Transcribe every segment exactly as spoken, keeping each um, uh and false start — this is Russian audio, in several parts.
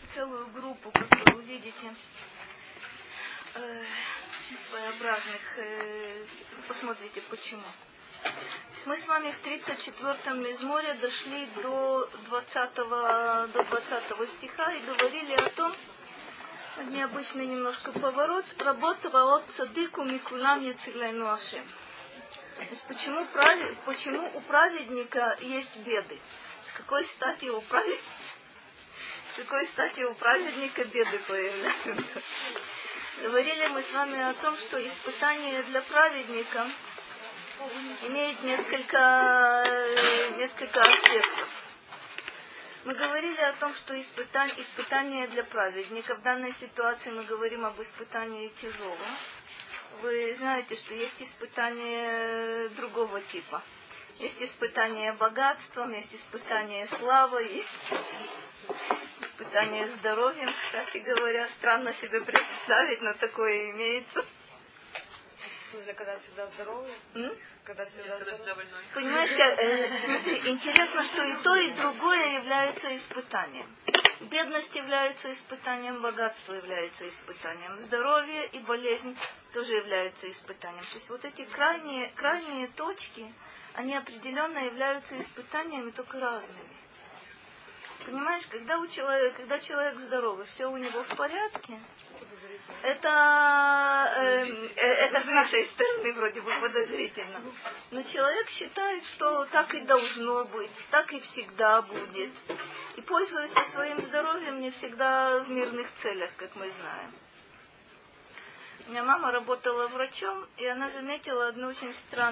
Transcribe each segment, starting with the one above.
целую группу, как вы увидите, э, очень своеобразных. Э, посмотрите, почему. Мы с вами в тридцать четвёртом мизморе дошли до двадцатого, до двадцатого стиха и говорили о том, необычный немножко поворот, работа от цадыку микулам яцилайну ашем. То есть почему, правед, почему у праведника есть беды? С какой стати у праведника, с какой стати у праведника беды появляются? Говорили мы с вами о том, что испытание для праведника имеет несколько, несколько аспектов. Мы говорили о том, что испытание, испытание для праведника, в данной ситуации мы говорим об испытании тяжелом. Вы знаете, что есть испытания другого типа. Есть испытание богатством, есть испытание славой, есть испытание здоровьем. Кстати говоря, странно себе представить, но такое имеется. В смысле, когда всегда здоровый? М? Когда всегда здоровый? Понимаешь, как, э, смотри, интересно, что и то, и другое является испытанием. Бедность является испытанием, богатство является испытанием, здоровье и болезнь тоже являются испытанием. То есть вот эти крайние, крайние точки, они определенно являются испытаниями, только разными. Понимаешь, когда, у человека, когда человек здоровый, все у него в порядке, это, э, это с нашей стороны вроде бы подозрительно. Но человек считает, что так и должно быть, так и всегда будет. И пользуется своим здоровьем не всегда в мирных целях, как мы знаем. У меня мама работала врачом, и она заметила одну очень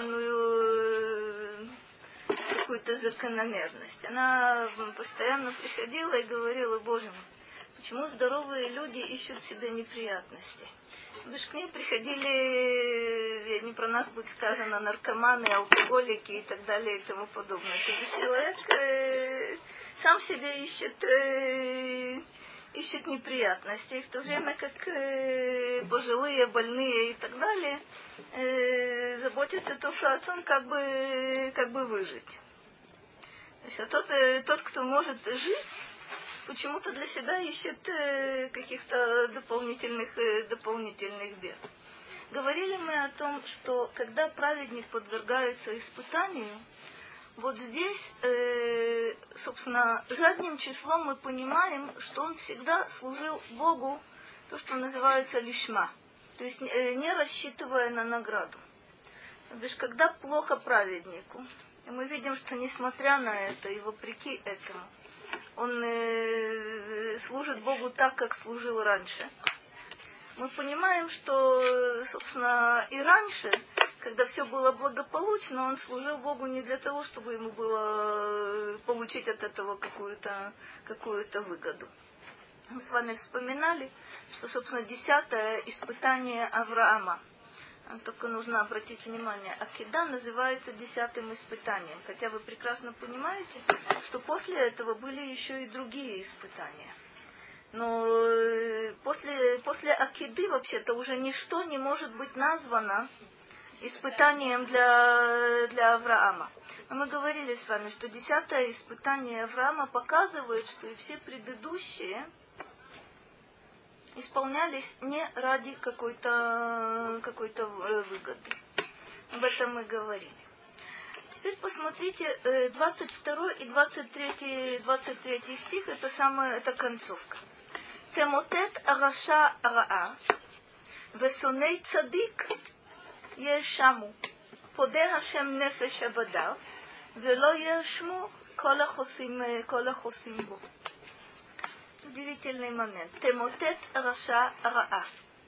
странную какую-то закономерность. Она постоянно приходила и говорила: Боже мой, почему здоровые люди ищут себе неприятности? Потому что к ней приходили, не про нас будет сказано, наркоманы, алкоголики и так далее и тому подобное. То есть человек э, сам себе ищет, э, ищет неприятности, и в то время как э, пожилые, больные и так далее э, заботятся только о том, как бы, как бы выжить. То есть а тот, э, тот, кто может жить, почему-то для себя ищет э, каких-то дополнительных, э, дополнительных бед. Говорили мы о том, что когда праведник подвергается испытанию, вот здесь, э, собственно, задним числом мы понимаем, что он всегда служил Богу, то, что называется лишма, то есть э, не рассчитывая на награду. То есть когда плохо праведнику, и мы видим, что несмотря на это и вопреки этому, он э, служит Богу так, как служил раньше. Мы понимаем, что, собственно, и раньше, когда все было благополучно, он служил Богу не для того, чтобы ему было получить от этого какую-то, какую-то выгоду. Мы с вами вспоминали, что, собственно, десятое испытание Авраама, только нужно обратить внимание, акида называется десятым испытанием, хотя вы прекрасно понимаете, что после этого были еще и другие испытания. Но после, после акиды вообще-то уже ничто не может быть названо испытанием для, для Авраама. Но мы говорили с вами, что десятое испытание Авраама показывает, что и все предыдущие исполнялись не ради какой-то, какой-то выгоды. Об этом мы говорили. Теперь посмотрите двадцать второй и двадцать третий, двадцать третий стих, это самая, это концовка. Темотет араша раа, весоней цадик ешаму, поде Хашем нефеш абадав, вело ешму кол ахосим, кол ахосим бо. Удивительный момент. Темотет раша раа.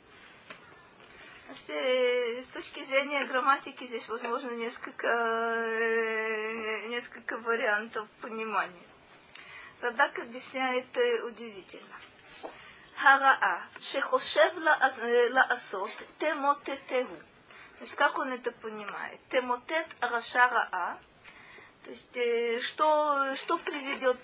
С точки зрения грамматики здесь возможно несколько, несколько вариантов понимания. Радак объясняет удивительно. Хараа шехошев лаасот темотетеху. То есть как он это понимает? Темотет раша раа. То есть что, что приведет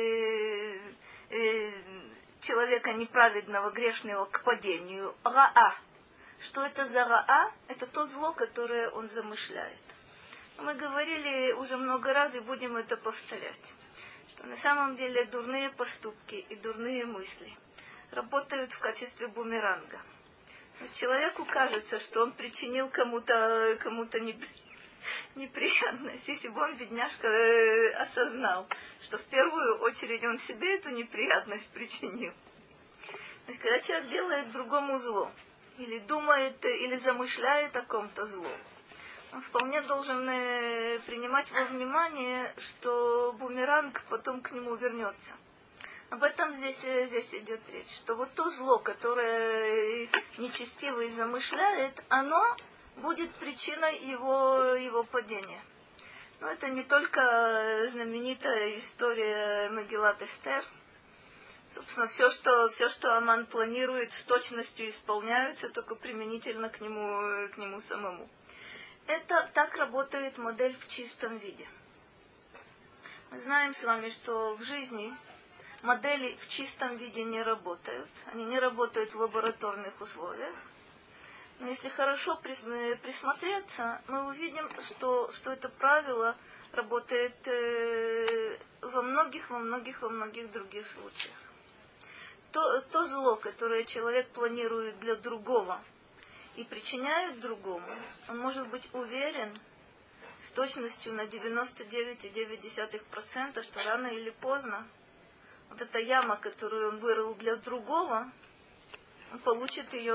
человека неправедного, грешного к падению? Раа. Что это за раа? Это то зло, которое он замышляет. Мы говорили уже много раз и будем это повторять. что на самом деле дурные поступки и дурные мысли работают в качестве бумеранга. Человеку кажется, что он причинил кому-то кому-то неприятность, если бы он, бедняжка, осознал, что в первую очередь он себе эту неприятность причинил. То есть, когда человек делает другому зло, или думает, или замышляет о ком-то зло, он вполне должен принимать во внимание, что бумеранг потом к нему вернется. Об этом здесь, здесь идет речь, что вот то зло, которое нечестивый замышляет, оно будет причиной его, его падения. Но это не только знаменитая история Мегилат Эстер. Собственно, все, что, все, что Аман планирует, с точностью исполняется, только применительно к нему, к нему самому. Это так работает модель в чистом виде. Мы знаем с вами, что в жизни модели в чистом виде не работают. Они не работают в лабораторных условиях. Но если хорошо присмотреться, мы увидим, что, что это правило работает э, во многих, во многих, во многих других случаях. То, то зло, которое человек планирует для другого и причиняет другому, он может быть уверен с точностью на девяносто девять целых девять десятых процента, что рано или поздно вот эта яма, которую он вырыл для другого, он получит ее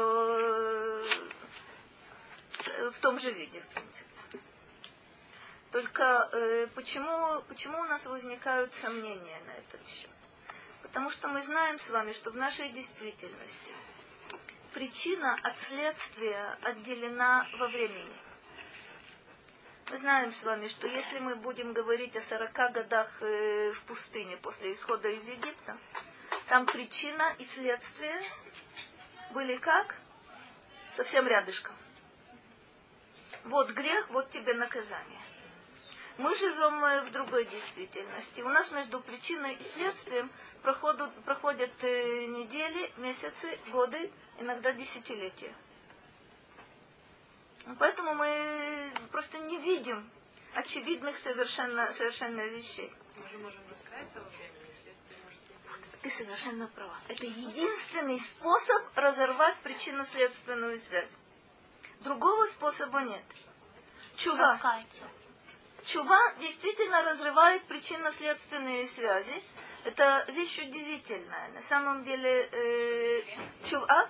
в том же виде, в принципе. Только э, почему, почему у нас возникают сомнения на этот счет? Потому что мы знаем с вами, что в нашей действительности причина от следствия отделена во времени. Мы знаем с вами, что если мы будем говорить о сорока годах э, в пустыне после исхода из Египта, там причина и следствие были как? Совсем рядышком. Вот грех, вот тебе наказание. Мы живем в другой действительности. У нас между причиной и следствием проходят, проходят недели, месяцы, годы, иногда десятилетия. Поэтому мы просто не видим очевидных совершенно, совершенно вещей. Мы же можем раскаяться во времени, следствие может быть. Ты совершенно права. Это единственный способ разорвать причинно-следственную связь. Другого способа нет. Чува. Чува действительно разрывает причинно-следственные связи. Это вещь удивительная. На самом деле, э, чува...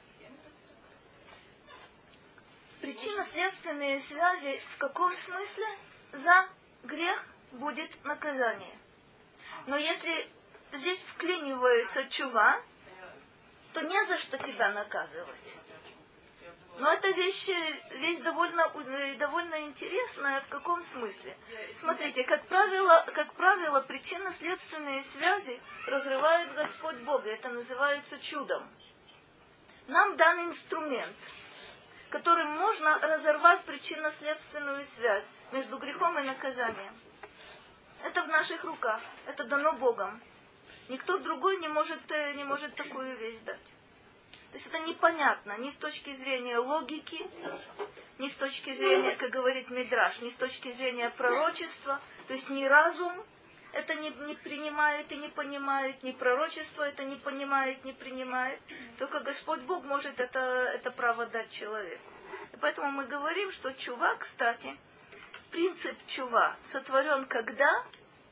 Причинно-следственные связи в каком смысле? За грех будет наказание. Но если здесь вклинивается чува, то не за что тебя наказывать. Но эта вещь, вещь довольно, довольно интересная. В каком смысле? Смотрите, как правило, как правило, причинно-следственные связи разрывает Господь Бог. Это называется чудом. Нам дан инструмент, которым можно разорвать причинно-следственную связь между грехом и наказанием. Это в наших руках. Это дано Богом. Никто другой не может, не может такую вещь дать. То есть это непонятно ни с точки зрения логики, ни с точки зрения, как говорит Мидраш, ни с точки зрения пророчества. То есть ни разум это не, не принимает и не понимает, ни пророчество это не понимает, не принимает. Только Господь Бог может это, это право дать человеку. И поэтому мы говорим, что чува, кстати, принцип чува сотворен когда?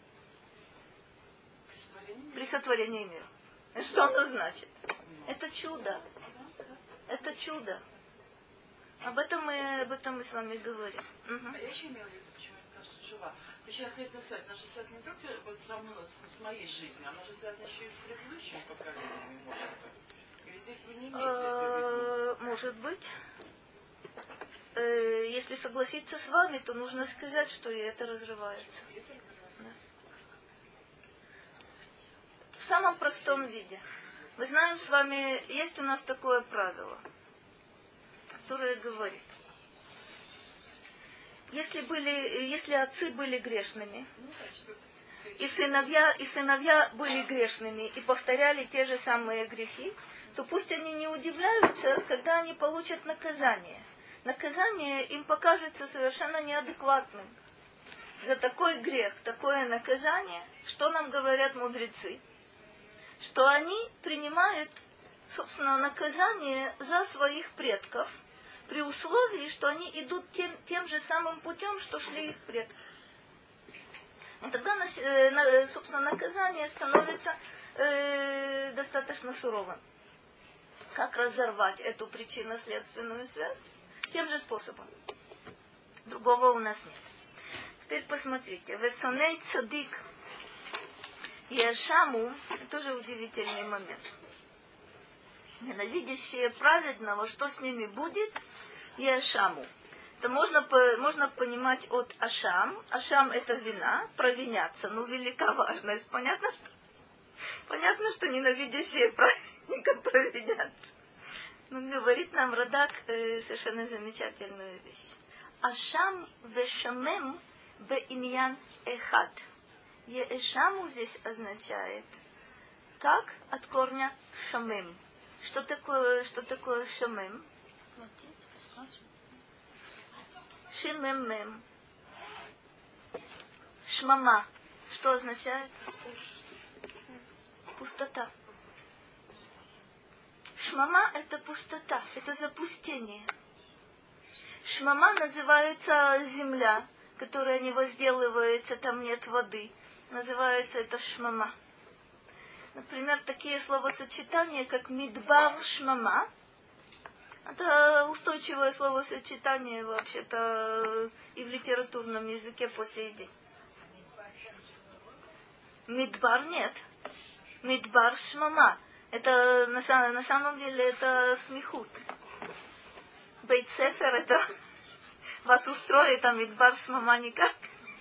При сотворении мира. Что это значит? Это чудо. Это чудо. Об этом мы, об этом мы с вами говорим. Угу. А я еще имела в виду, почему я сказала, что жива. Сейчас следует связь. Наша связь не только сравнена с, с моей жизнью, она же связана еще и с предыдущим поколением, может быть. Или здесь вы не имеете? Может быть. Если согласиться с вами, то нужно сказать, что и это разрывается. Да. В самом простом виде. Мы знаем с вами, есть у нас такое правило, которое говорит, если, были, если отцы были грешными, и сыновья, и сыновья были грешными и повторяли те же самые грехи, то пусть они не удивляются, когда они получат наказание. Наказание им покажется совершенно неадекватным. за такой грех такое наказание, что нам говорят мудрецы? Что они принимают, собственно, наказание за своих предков, при условии, что они идут тем, тем же самым путем, что шли их предки. И тогда, собственно, наказание становится э, достаточно суровым. Как разорвать эту причинно-следственную связь? Тем же способом. Другого у нас нет. Теперь посмотрите. Весоней цадик Яшаму, тоже удивительный момент. Ненавидящие праведного, что с ними будет? Яшаму. Это можно, можно понимать от Ашам. Ашам это вина, провиняться. Ну, велика важность. Понятно, что, понятно, что ненавидящие праведника провинятся. Но говорит нам Радак э, совершенно замечательную вещь. Ашам вешамем беиньян эхад. Еэшаму здесь означает как от корня шамем. Что такое, что такое шамем? Шимемем. Шмама. Что означает? Пустота. Шмама это пустота, это запустение. Шмама называется земля, которая не возделывается, там нет воды. Называется это шмама. Например, такие словосочетания, как мидбар шмама. Это устойчивое словосочетание вообще-то и в литературном языке по сей день. Мидбар нет. Мидбар шмама. Это на, на самом деле это смехут. Бейт-сефер это вас устроит, а мидбар шмама никак.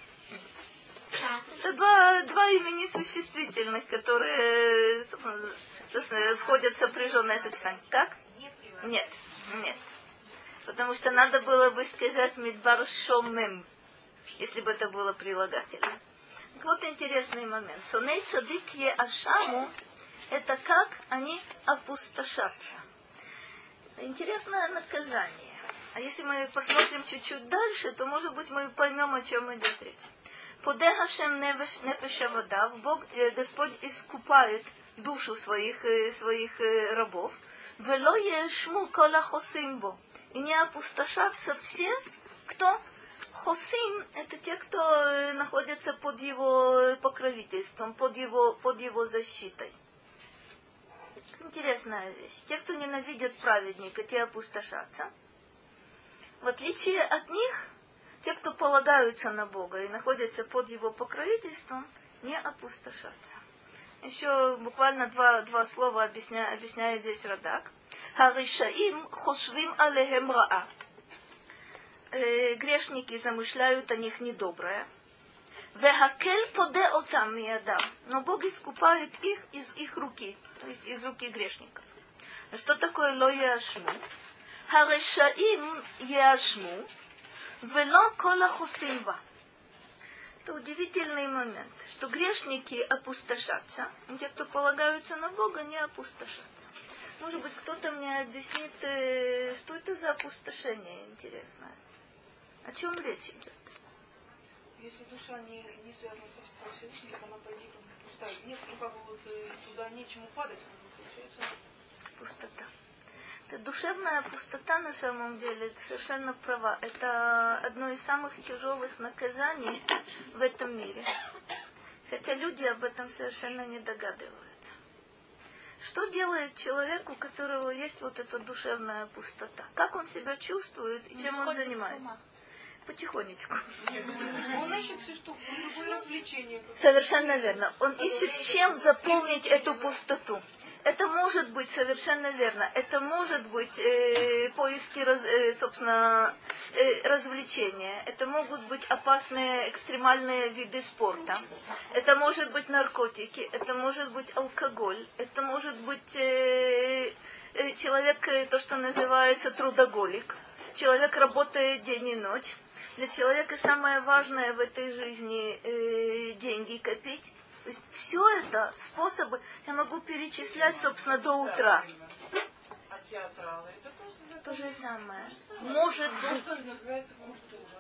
Это два, два имени существительных, которые собственно, входят в сопряженное сочетание. Как? Нет, нет. Потому что надо было бы сказать мидбар шомем, если бы это было прилагательно. Так вот интересный момент. Соней цадик е ашаму, это как они опустошатся. Интересное наказание. А если мы посмотрим чуть-чуть дальше, то, может быть, мы поймем, о чем идет речь. Подехашем нефеша вода, Бог, Господь искупает душу своих, своих рабов. Вело ешму кола хосимбо. И не опустошатся все, кто хосим, это те, кто находятся под его покровительством, под его, под его защитой. Интересная вещь. Те, кто ненавидят праведника, те опустошатся. В отличие от них, те, кто полагаются на Бога и находятся под его покровительством, не опустошатся. Еще буквально два, два слова объясняет, объясняет здесь Радак. Харишаим хошвим алехем раа. Грешники замышляют о них недоброе. Вехакель поде отам миядам. Но Бог искупает их из их руки, то есть из руки грешников. Что такое ло яшму? Харишаим яшму. Вело кола хосимба. Это удивительный момент, что грешники опустошатся, а те, кто полагаются на Бога, не опустошатся. Может быть, кто-то мне объяснит, что это за опустошение интересное. О чем речь идет? Если душа не, не связана со Всевышним, она погибнет, пустая. Нет, ну как бы вот туда нечему падать, получается. Пустота. Это душевная пустота на самом деле, это совершенно права. Это одно из самых тяжелых наказаний в этом мире. Хотя люди об этом совершенно не догадываются. Что делает человек, у которого есть вот эта душевная пустота? Как он себя чувствует и чем он занимается? Потихонечку. Он ищет все, что любое развлечение. Совершенно верно. Он ищет, чем заполнить эту пустоту. Это может быть совершенно верно. Это может быть э, поиски, раз, э, собственно, э, развлечения. Это могут быть опасные экстремальные виды спорта. Это может быть наркотики. Это может быть алкоголь. Это может быть э, э, человек, э, то, что называется трудоголик. Человек работает день и ночь. Для человека самое важное в этой жизни э, деньги копить. То есть все это способы, я могу перечислять, собственно, до утра. А театралы это тоже то же самое. Может быть. То, что называется культура.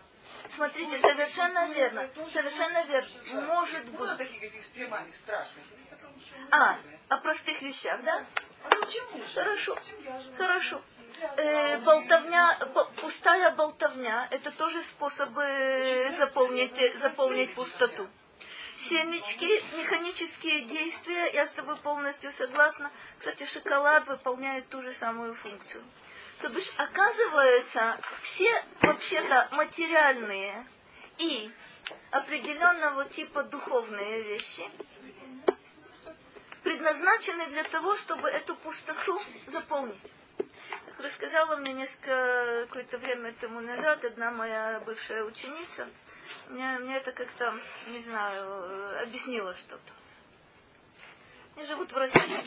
смотрите, совершенно верно. Совершенно верно. Может быть. Ну, таких этих экстремальных, страшных. А, о простых вещах, да? А почему? Хорошо. Хорошо. Э, болтовня, пустая болтовня, это тоже способ заполнить, заполнить пустоту. Семечки, механические действия, я с тобой полностью согласна. Кстати, шоколад выполняет ту же самую функцию. То бишь, оказывается, все вообще-то материальные и определенного типа духовные вещи предназначены для того, чтобы эту пустоту заполнить. Как рассказала мне несколько какое-то время тому назад одна моя бывшая ученица, мне, мне это как-то, не знаю, объяснила что-то. Они живут в России.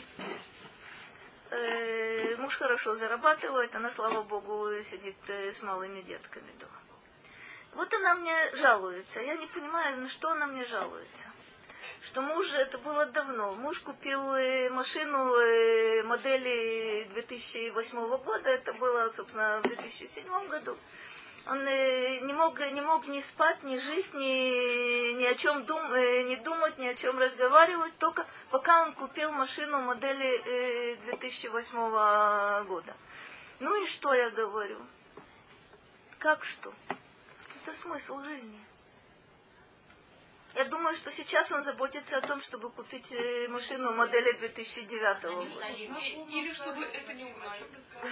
Э, муж хорошо зарабатывает, она, слава богу, сидит с малыми детками дома. Вот она мне жалуется. Я не понимаю, на что она мне жалуется. Что муж, это было давно, муж купил машину модели две тысячи восьмого года, это было, собственно, в две тысячи седьмом году. Он не мог, не мог ни спать, ни жить, ни, ни о чем дум, не думать, ни о чем разговаривать, только пока он купил машину модели две тысячи восьмого года. Ну и что я говорю? Как что? Это смысл жизни. Я думаю, что сейчас он заботится о том, чтобы купить машину модели две тысячи девятого года. Или чтобы это не угнали.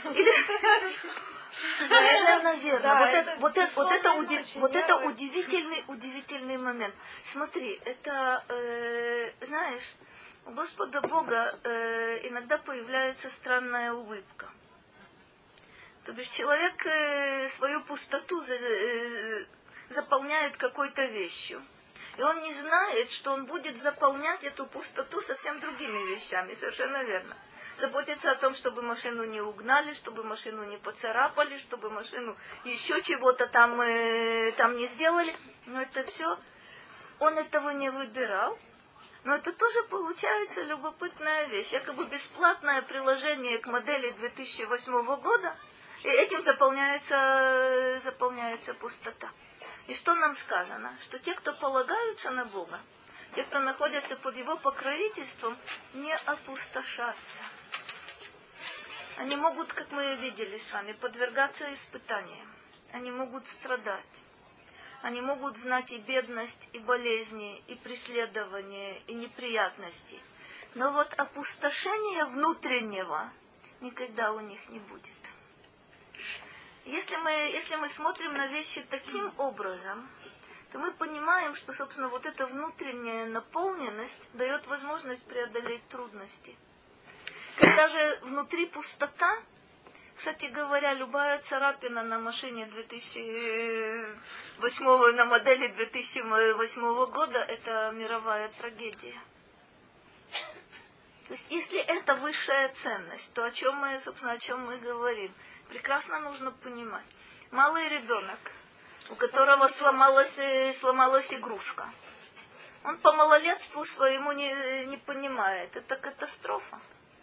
Совершенно верно. Да, вот это, вот это, вот это, уди, вот это удивительный, удивительный момент. Смотри, это, э, знаешь, у Господа Бога э, иногда появляется странная улыбка. То бишь человек э, свою пустоту за, э, заполняет какой-то вещью. И он не знает, что он будет заполнять эту пустоту совсем другими вещами. Совершенно верно. Заботиться о том, чтобы машину не угнали, чтобы машину не поцарапали, чтобы машину еще чего-то там, э, там не сделали. Но это все, он этого не выбирал. Но это тоже получается любопытная вещь. Якобы бесплатное приложение к модели две тысячи восьмого года, и этим заполняется, заполняется пустота. И что нам сказано? Что те, кто полагаются на Бога, те, кто находятся под Его покровительством, не опустошатся. Они могут, как мы видели с вами, подвергаться испытаниям. Они могут страдать. Они могут знать и бедность, и болезни, и преследования, и неприятности. Но вот опустошения внутреннего никогда у них не будет. Если мы, если мы смотрим на вещи таким образом, то мы понимаем, что, собственно, вот эта внутренняя наполненность дает возможность преодолеть трудности. Когда же внутри пустота, кстати говоря, любая царапина на машине две тысячи восьмого, на модели две тысячи восьмого года, это мировая трагедия. То есть, если это высшая ценность, то о чем мы, собственно, о чем мы говорим? Прекрасно нужно понимать. Малый ребенок, у которого сломалась, сломалась игрушка, он по малолетству своему не, не понимает. Это катастрофа.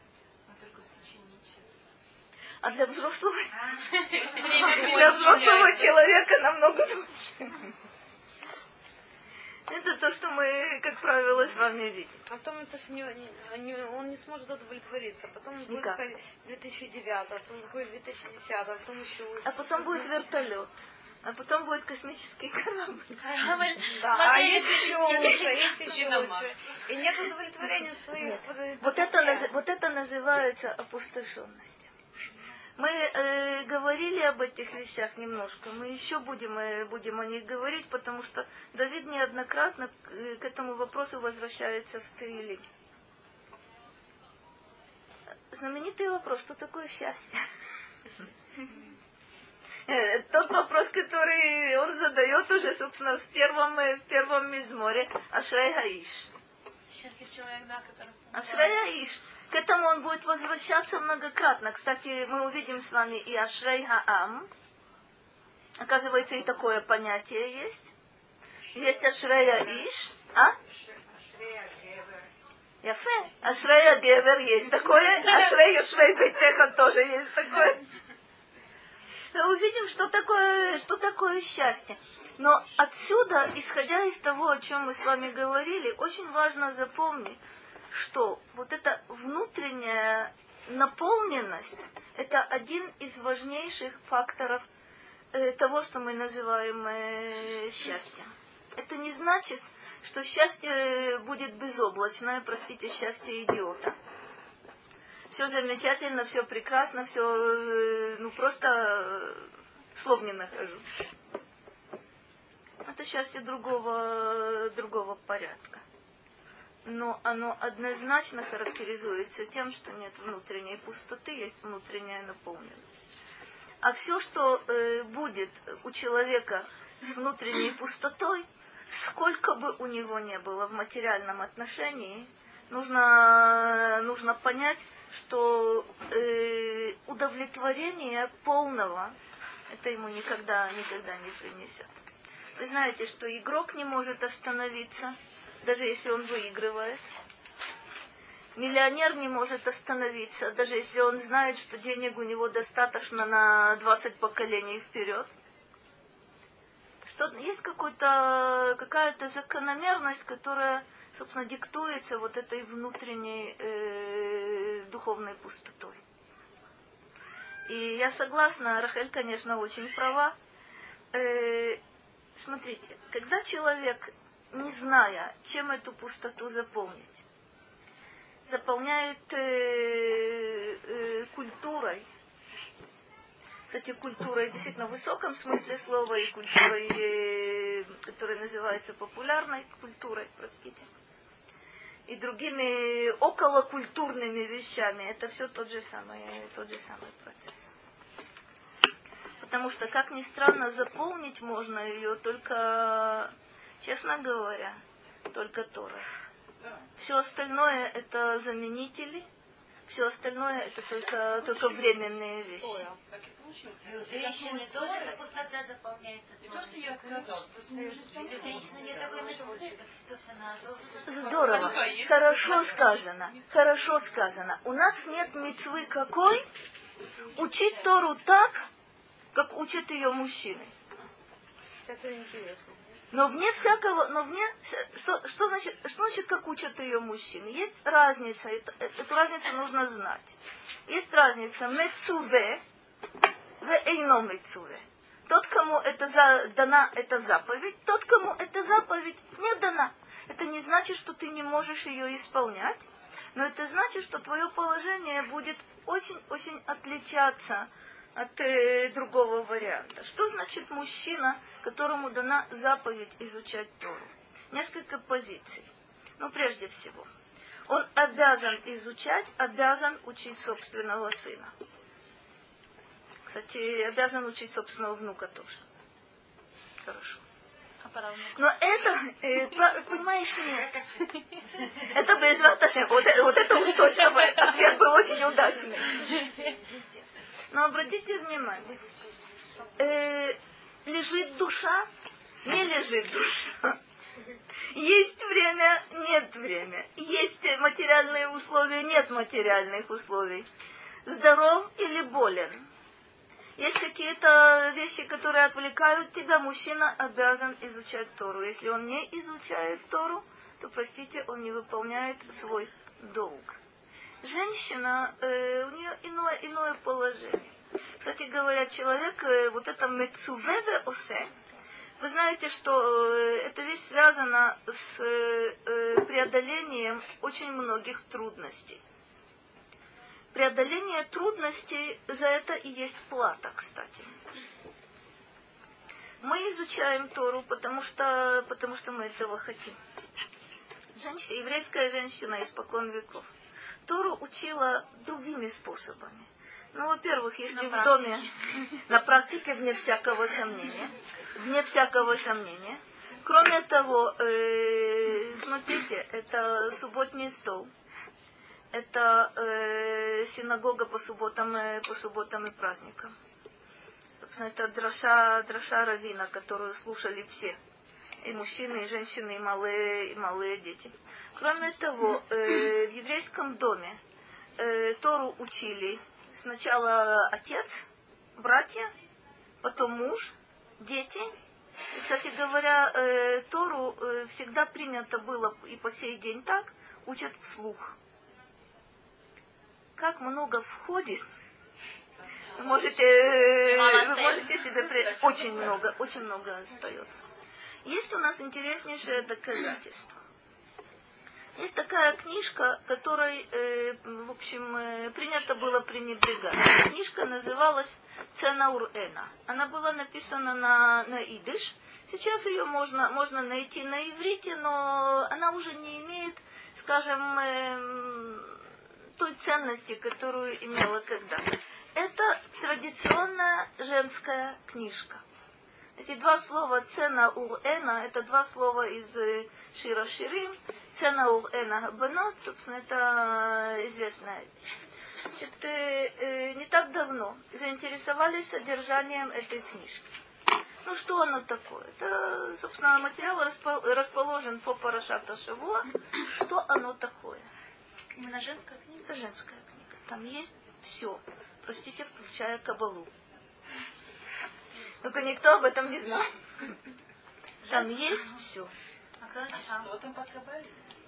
А для взрослого, для взрослого человека намного лучше. Это то, что мы, как правило, с вами видим. А потом это ж не, не, он не сможет удовлетвориться. Потом он будет Никак. сказать две тысячи девятый, а потом заходит две тысячи десятый, а потом еще... А потом будет вертолет. А потом будет космический корабль. Корабль. Да, а есть еще лучше, есть еще лучше. И нет удовлетворения своих... Вот это, вот это называется опустошенность. Мы э, говорили об этих вещах немножко, мы еще будем, э, будем о них говорить, потому что Давид неоднократно к, э, к этому вопросу возвращается в Теилим. Знаменитый вопрос, что такое счастье? Тот вопрос, который он задает уже, собственно, в первом, в первом мизморе, Ашрей Хаиш. Счастлив человек, да, который... Ашрей Хаиш. К этому он будет возвращаться многократно. Кстати, мы увидим с вами и Ашрей Хаам. Оказывается, и такое понятие есть. Есть Ашрея Иш. А? Яфе. Ашрея Гевер есть такое. Ашрея Швей Бейтеха тоже есть такое. Мы увидим, что такое, что такое счастье. Но отсюда, исходя из того, о чем мы с вами говорили, очень важно запомнить, что вот эта внутренняя наполненность – это один из важнейших факторов э, того, что мы называем э, счастьем. Это не значит, что счастье будет безоблачное, простите, счастье идиота. Все замечательно, все прекрасно, все, э, ну просто э, слов не нахожу. Это счастье другого, другого порядка. Но оно однозначно характеризуется тем, что нет внутренней пустоты, есть внутренняя наполненность. А все, что э, будет у человека с внутренней пустотой, сколько бы у него ни было в материальном отношении, нужно, нужно понять, что э, удовлетворение полного это ему никогда, никогда не принесет. Вы знаете, что игрок не может остановиться, даже если он выигрывает. Миллионер не может остановиться, даже если он знает, что денег у него достаточно на двадцать поколений вперед. Что есть какой-то, какая-то закономерность, которая, собственно, диктуется вот этой внутренней э, духовной пустотой. И я согласна, Рахель, конечно, очень права. Э, смотрите, когда человек, не зная, чем эту пустоту заполнить, заполняет э, э, культурой, кстати, культурой действительно в высоком смысле слова и культурой, э, которая называется популярной культурой, простите, и другими околокультурными вещами, это все тот же самый, тот же самый процесс. Потому что, как ни странно, заполнить можно ее только, честно говоря, только Торой. Все остальное это заменители, все остальное это только, только временные вещи. Женщины тоже эта пустота заполняется. И то, что я сказала, женщина не такой мецвы, что она здорово, хорошо сказано, хорошо сказано. У нас нет мицвы какой? Учить Тору так, как учат ее мужчины. Это интересно. Но вне всякого, но вне, что, что, значит, что значит, как учат ее мужчины? Есть разница, это, эту разницу нужно знать. Есть разница мецуве в эйно мецуве. Тот, кому это за, дана эта заповедь, тот, кому эта заповедь не дана. Это не значит, что ты не можешь ее исполнять, но это значит, что твое положение будет очень-очень отличаться от э, другого варианта. Что значит мужчина, которому дана заповедь изучать Тору? Несколько позиций. Ну, прежде всего, он обязан изучать, обязан учить собственного сына. Кстати, обязан учить собственного внука тоже. Хорошо. Но это, э, понимаешь, нет. Это без раташи. Вот, вот это уж точно ответ был очень удачный. Но обратите внимание, э, лежит душа, не лежит душа. Есть время, нет времени. Есть материальные условия, нет материальных условий. Здоров или болен. Есть какие-то вещи, которые отвлекают тебя, мужчина обязан изучать Тору. Если он не изучает Тору, то, простите, он не выполняет свой долг. Женщина, э, у нее иное, иное положение. Кстати говоря, человек, э, вот это мецувеве осе, вы знаете, что э, эта вещь связана с э, преодолением очень многих трудностей. Преодоление трудностей, за это и есть плата, кстати. Мы изучаем Тору, потому что, потому что мы этого хотим. Женщина, еврейская женщина испокон веков Тору учила другими способами. Ну, во-первых, если на в доме, на практике, вне всякого сомнения, вне всякого сомнения. Кроме того, э, смотрите, это субботний стол, это э, синагога по субботам, э, по субботам и праздникам. Собственно, это дроша, дроша раввина, которую слушали все. И мужчины, и женщины, и малые, и малые дети. Кроме того, э, в еврейском доме э, Тору учили сначала отец, братья, потом муж, дети, И, кстати говоря, э, Тору э, всегда принято было, и по сей день так, учат вслух. Как много входит, вы можете, вы можете себе представить, очень много, очень много остается. Есть у нас интереснейшее доказательство. Есть такая книжка, которой, э, в общем, э, принято было пренебрегать. Книжка называлась «Ценаур Эна». Она была написана на, на идиш. Сейчас ее можно, можно найти на иврите, но она уже не имеет, скажем, э, той ценности, которую имела когда-то. Это традиционная женская книжка. Эти два слова «цена ур эна» — это два слова из Шира Ширим. «Цена ур эна банот», собственно, это известная вещь. Значит, э, э, не так давно заинтересовались содержанием этой книжки. Ну, что оно такое? Это, собственно, материал расположен по Парашат ха-Шавуа. Что оно такое? Именно женская книга? Это женская книга. Там есть все. Простите, включая Кабалу. Только никто об этом не знал. Там есть все. А что там под Кабале?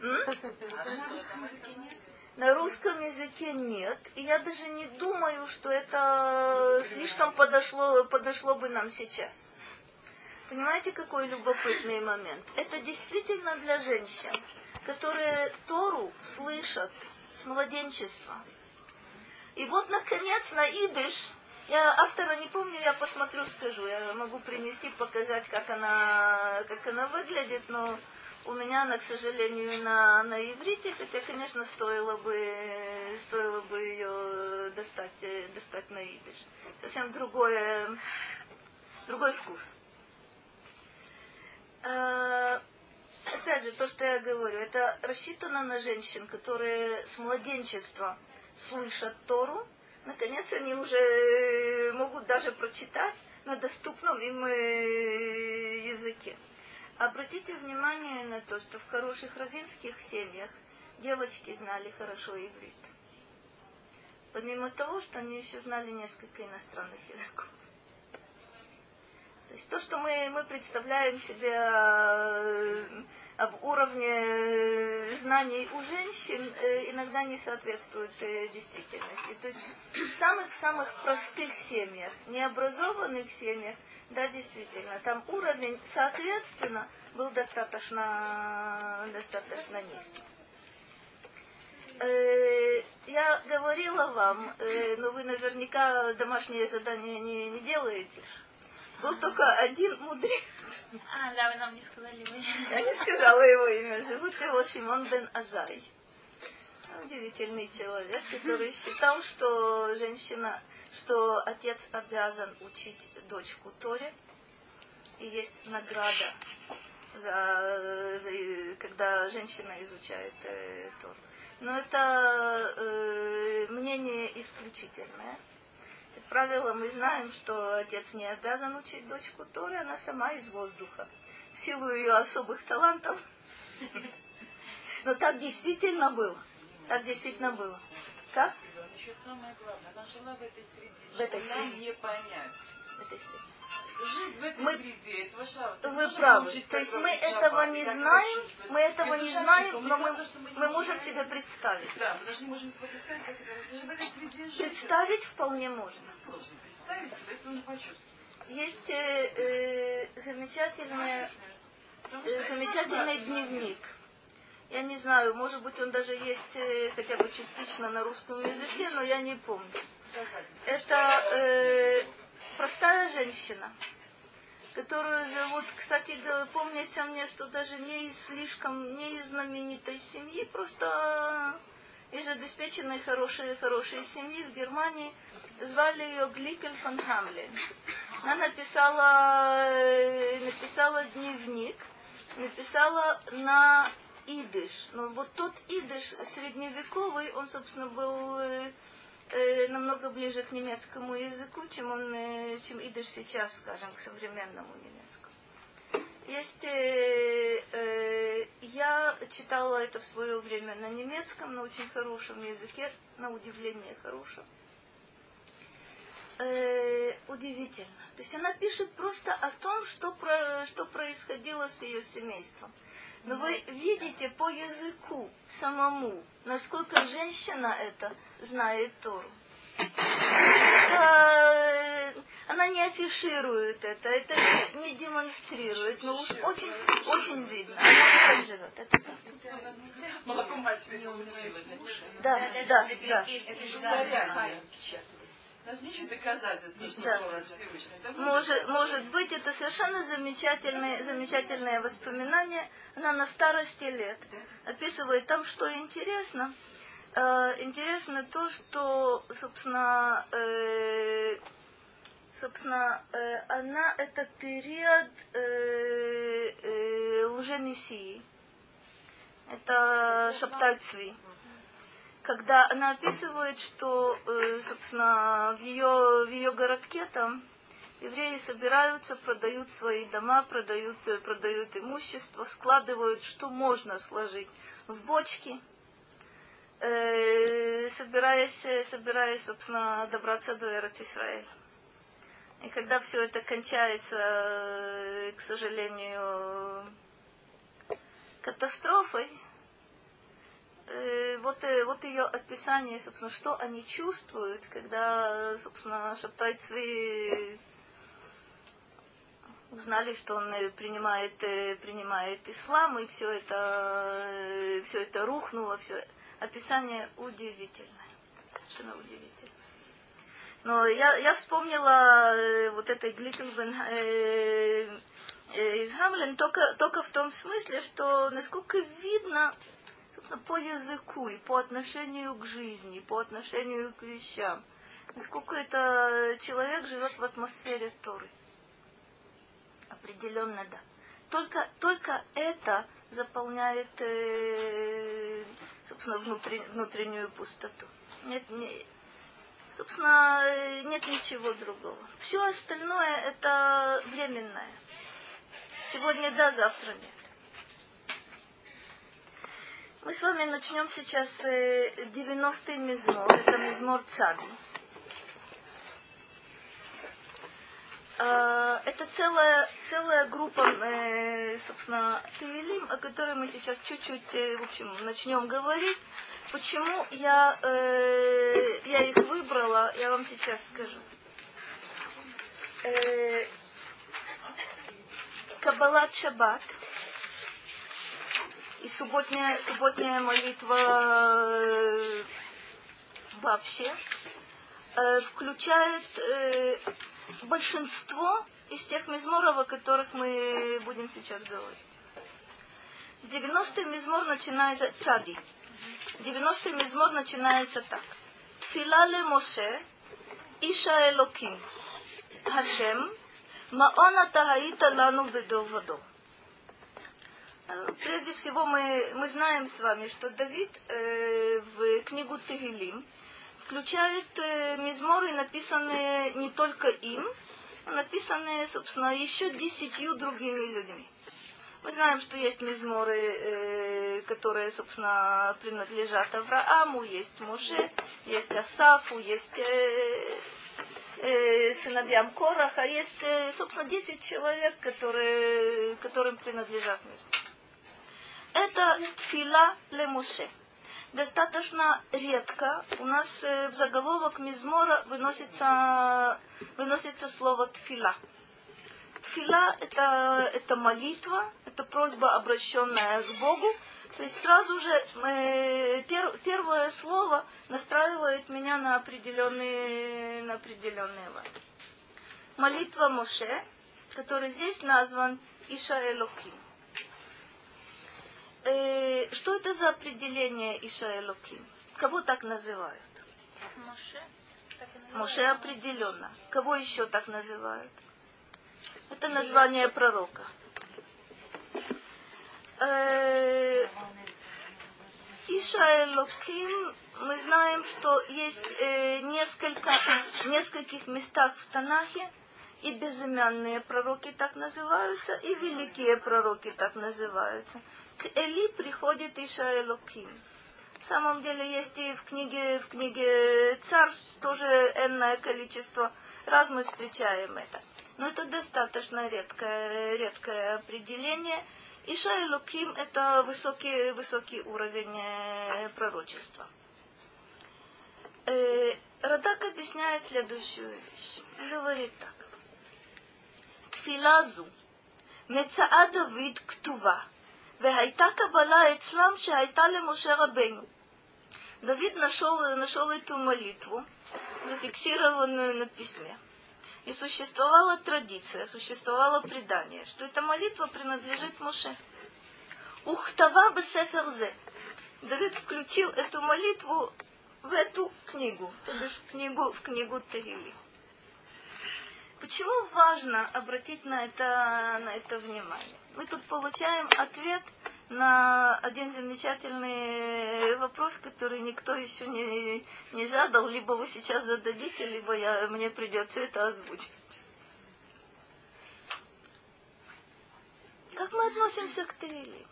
На русском языке нет. И я даже не думаю, что это слишком подошло, подошло бы нам сейчас. Понимаете, какой любопытный момент? Это действительно для женщин, которые Тору слышат с младенчества. И вот, наконец, на идиш, я автора не помню, я посмотрю, скажу. Я могу принести, показать, как она, как она выглядит, но у меня она, к сожалению, на, на иврите, хотя, конечно, стоило бы, стоило бы ее достать, достать на идиш. Совсем другое, другой вкус. Опять же, то, что я говорю, это рассчитано на женщин, которые с младенчества слышат Тору. Наконец, они уже могут даже прочитать на доступном им языке. Обратите внимание на то, что в хороших раввинских семьях девочки знали хорошо иврит. Помимо того, что они еще знали несколько иностранных языков. То есть то, что мы, мы представляем себе об уровне знаний у женщин, иногда не соответствует действительности. То есть в самых-самых простых семьях, необразованных семьях, да, действительно, там уровень, соответственно, был достаточно, достаточно низкий. Я говорила вам, но вы наверняка домашние задания не, не делаете. Был только один мудрец. А, да, вы нам не сказали его имя. Я не сказала его имя. Зовут его Шимон бен Азай. Удивительный человек, который считал, что женщина, что отец обязан учить дочку Торе. И есть награда, за, за, когда женщина изучает э, Тору. Но это э, мнение исключительное. Как правило, мы знаем, что отец не обязан учить дочку Торы, она сама из воздуха, в силу ее особых талантов. Но так действительно было. Так действительно было. Как? Еще самое главное, она жила в этой среде. В этой среде. Нам не понять. В этой среде. Жизнь в этой мы, среде, этого шара. Вы правы. То есть мы этого не знаем, мы этого не знаем, но мы, мы можем себе представить. Да, мы даже не можем представить, как это. Мы же в этой среде жить. Представить вполне можно. Сложно представить, это нужно почувствовать. Есть э, э, замечательный, э, замечательный дневник. Я не знаю, может быть, он даже есть э, хотя бы частично на русском языке, но я не помню. Это э, простая женщина, которую зовут, кстати, помнится мне, что даже не из слишком, не из знаменитой семьи, просто из обеспеченной хорошей, хорошей семьи в Германии. Звали ее Гликель фон Хамлин. Она написала, написала дневник, написала на идиш. Но вот тот идиш средневековый, он, собственно, был э, э, намного ближе к немецкому языку, чем он, э, чем идиш сейчас, скажем, к современному немецкому. Есть, э, э, я читала это в свое время на немецком, на очень хорошем языке, на удивление хорошем. э, удивительно. То есть она пишет просто о том, что, про, что происходило с ее семейством. Но вы видите по языку самому, насколько женщина это знает Тору. Это, она не афиширует это, это не демонстрирует, но уж очень, очень видно. Она так живет, это правда. Молоком матери не получила. Да, да, да. Это же зарядное. Различные доказательства, что да. Тора Всевышний. Может, может быть, это совершенно замечательные, замечательные воспоминания. Она на старости лет описывает там, что интересно. Э, интересно то, что, собственно, э, собственно, э, она это период э, э, лжемессии. Это Шабтай Цви. Когда она описывает, что, э, собственно, в ее, в ее городке там евреи собираются, продают свои дома, продают, продают имущество, складывают, что можно сложить в бочки, э, собираясь, собираясь, собственно, добраться до Эрец-Исраэль. И когда все это кончается, э, к сожалению, катастрофой, Вот, вот ее описание, собственно, что они чувствуют, когда, собственно, Шабтай Цви узнали, что он принимает, принимает ислам, и все это, все это рухнуло, все. Описание удивительное. Совершенно удивительное. Но я, я вспомнила вот этой Гликенбен э, э, из Гамлен только, только в том смысле, что насколько видно, собственно, по языку и по отношению к жизни, и по отношению к вещам, насколько это человек живет в атмосфере Торы. Определенно, да. Только, только это заполняет, э, собственно, внутрен, внутреннюю пустоту. Нет, не, собственно, нет ничего другого. Все остальное это временное. Сегодня да, завтра нет. Мы с вами начнем сейчас девяностый мизмор, это мизмор Цади. Это целая, целая группа, собственно, Теилим, о которой мы сейчас чуть-чуть, в общем, начнем говорить. Почему я, я их выбрала, я вам сейчас скажу. Каббалат Шаббат и субботняя, субботняя молитва вообще э, включает э, большинство из тех мизморов, о которых мы будем сейчас говорить. девяностый мизмор начинается Цади. девяностый мизмор начинается так. Филале Моше, Иша Элоким, Хашем, Маона Тагаита Лану Ведо Вадо. Прежде всего мы, мы знаем с вами, что Давид э, в книгу Тегилим включает э, мизморы, написанные не только им, а написанные, собственно, еще десятью другими людьми. Мы знаем, что есть мизморы, э, которые, собственно, принадлежат Аврааму, есть Моше, есть Асафу, есть э, э, сыновьям Кораха, есть, э, собственно, десять человек, которые, которым принадлежат мизморы. Это тфила ле Моше. Достаточно редко у нас в заголовок мизмора выносится, выносится слово тфила. Тфила это, это молитва, это просьба, обращенная к Богу. То есть сразу же э, пер, первое слово настраивает меня на определенные, на определенные лад. Молитва Моше, который здесь назван Иша Элоким. Э, что это за определение Иша Элоким? Кого так называют? Моше. Моше определенно. Кого еще так называют? Это название пророка. Э, Иша Элоким, мы знаем, что есть э, несколько, в нескольких местах в Танахе и безымянные пророки так называются, и великие пророки так называются. К Эли приходит Иша Элоким. В самом деле есть и в книге, в книге Царств тоже энное количество раз мы встречаем это. Но это достаточно редкое, редкое определение. Иша Элоким — это высокий, высокий уровень пророчества. Э, Радак объясняет следующую вещь. Говорит так. Тфилазу мецаа Давид ктува והייתה קבלה אצלם שהייתה למשה רבנו. Давид нашел, нашел эту молитву, зафиксированную на письме. И существовала традиция, существовало предание, что эта молитва принадлежит Моше. Ухтава бесефер зе. Давид включил эту молитву в эту книгу, то бишь в книгу, в книгу Тегилим. Почему важно обратить на это, на это внимание? Мы тут получаем ответ на один замечательный вопрос, который никто еще не, не задал, либо вы сейчас зададите, либо я, мне придется это озвучить. Как мы относимся к Тегилим?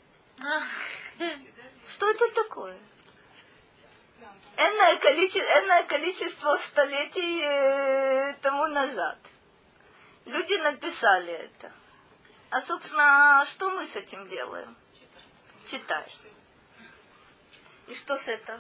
Что это такое? Энное количество, энное количество столетий э, тому назад. Люди написали это. А, собственно, что мы с этим делаем? Читаем. И что с этого?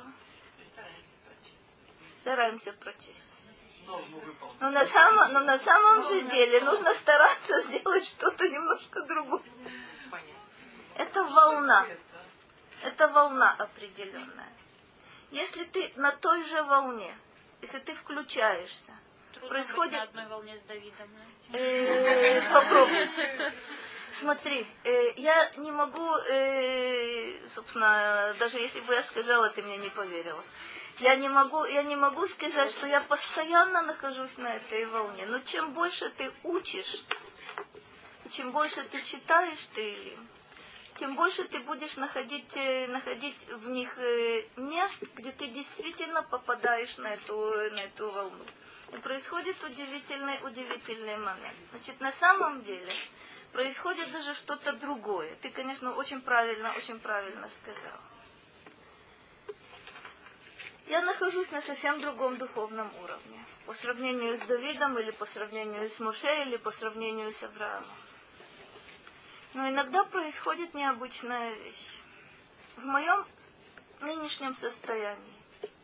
Стараемся прочесть. Но на самом, но на самом же деле нужно стараться сделать что-то немножко другое. Это волна. Это волна определенная. Если ты на той же волне, если ты включаешься, трудно происходит... на одной волне с Давидом. Э, попробуй. Смотри, э, я не могу, э, собственно, даже если бы я сказала, ты мне не поверила. Я не могу, я не могу сказать, что я постоянно нахожусь на этой волне. Но чем больше ты учишь, и чем больше ты читаешь Теилим, тем больше ты будешь находить, находить в них мест, где ты действительно попадаешь на эту, на эту волну. И происходит удивительный, удивительный момент. Значит, на самом деле происходит даже что-то другое. Ты, конечно, очень правильно, очень правильно сказал. Я нахожусь на совсем другом духовном уровне. По сравнению с Давидом, или по сравнению с Моше, или по сравнению с Авраамом. Но иногда происходит необычная вещь. В моем нынешнем состоянии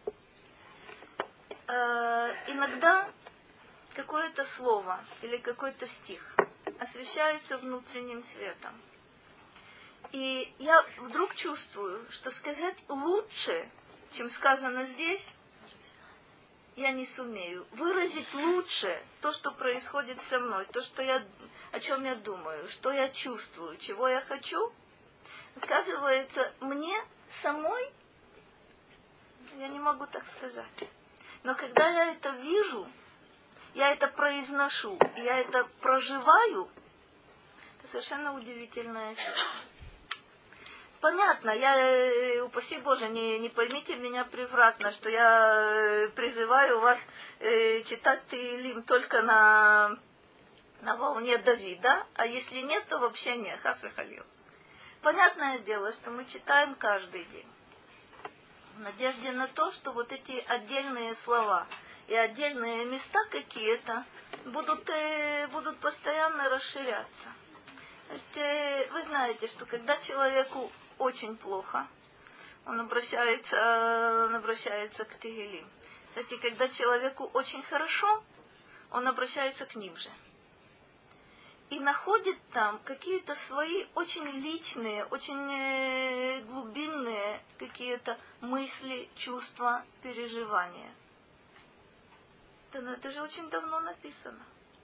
э, иногда какое-то слово или какой-то стих освещается внутренним светом. И я вдруг чувствую, что сказать лучше, чем сказано здесь, я не сумею. Выразить лучше то, что происходит со мной, то, что я, о чем я думаю, что я чувствую, чего я хочу, оказывается, мне самой, я не могу так сказать. Но когда я это вижу, я это произношу, я это проживаю, это совершенно удивительное чувство. Понятно, я, упаси Боже, не, не поймите меня превратно, что я призываю вас э, читать Теилим только на, на волне Давида, а если нет, то вообще нет, хас вехалил. Понятное дело, что мы читаем каждый день, в надежде на то, что вот эти отдельные слова и отдельные места какие-то будут, э, будут постоянно расширяться. То есть, э, вы знаете, что когда человеку очень плохо, он обращается, он обращается к Тегилим. Кстати, когда человеку очень хорошо, он обращается к ним же. И находит там какие-то свои очень личные, очень глубинные какие-то мысли, чувства, переживания. Да, ну это же очень давно написано.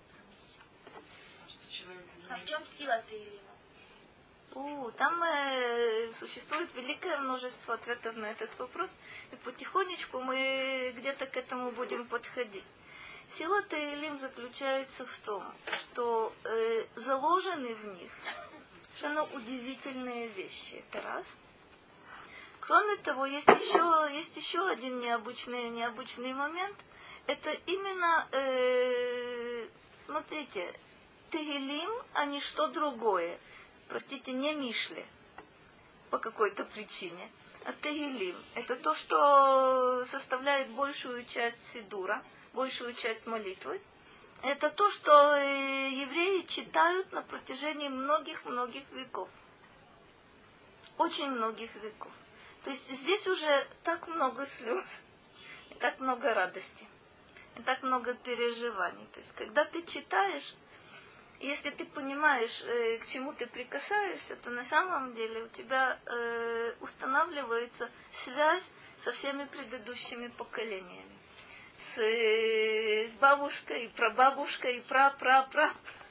А в чем сила Теилима? У, там э, существует великое множество ответов на этот вопрос, и потихонечку мы где-то к этому будем подходить. Сила Теилим заключается в том, что э, заложены в них совершенно удивительные вещи. Это раз. Кроме того, есть еще, есть еще один необычный, необычный момент. Это именно, э, смотрите, Тегилим, а не что другое. Простите, не Мишли, по какой-то причине, А Тегилим – это то, что составляет большую часть сидура, большую часть молитвы. Это то, что евреи читают на протяжении многих-многих веков. Очень многих веков. То есть здесь уже так много слез, и так много радости, и так много переживаний. То есть когда ты читаешь, если ты понимаешь, э, к чему ты прикасаешься, то на самом деле у тебя э, устанавливается связь со всеми предыдущими поколениями. С, э, с бабушкой, и прабабушкой, и пра-пра-пра.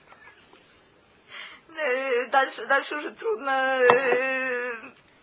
Э, дальше, дальше уже трудно, э,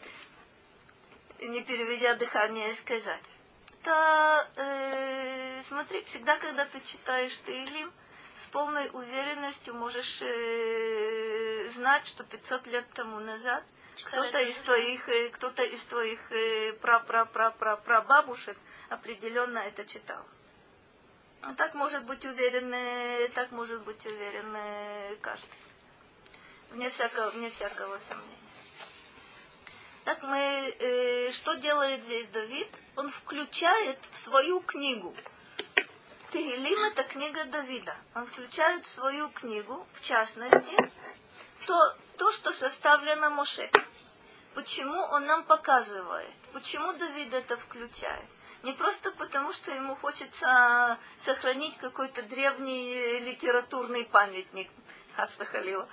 не переведя дыхание, сказать. Это, э, смотри, всегда, когда ты читаешь Теилим, с полной уверенностью можешь э, знать, что пятьсот лет тому назад кто-то из твоих, э, кто-то из твоих э, пра-пра-пра-пра-пра-бабушек определенно это читал. А так может быть уверен, э, так может быть уверен э, каждый. Вне всякого, вне всякого сомнения. Так мы, э, что делает здесь Давид? Он включает в свою книгу. Тегилим – это книга Давида. Он включает в свою книгу, в частности, то, то, что составлено Моше. Почему он нам показывает? Почему Давид это включает? Не просто потому, что ему хочется сохранить какой-то древний литературный памятник. Хас ве-халила.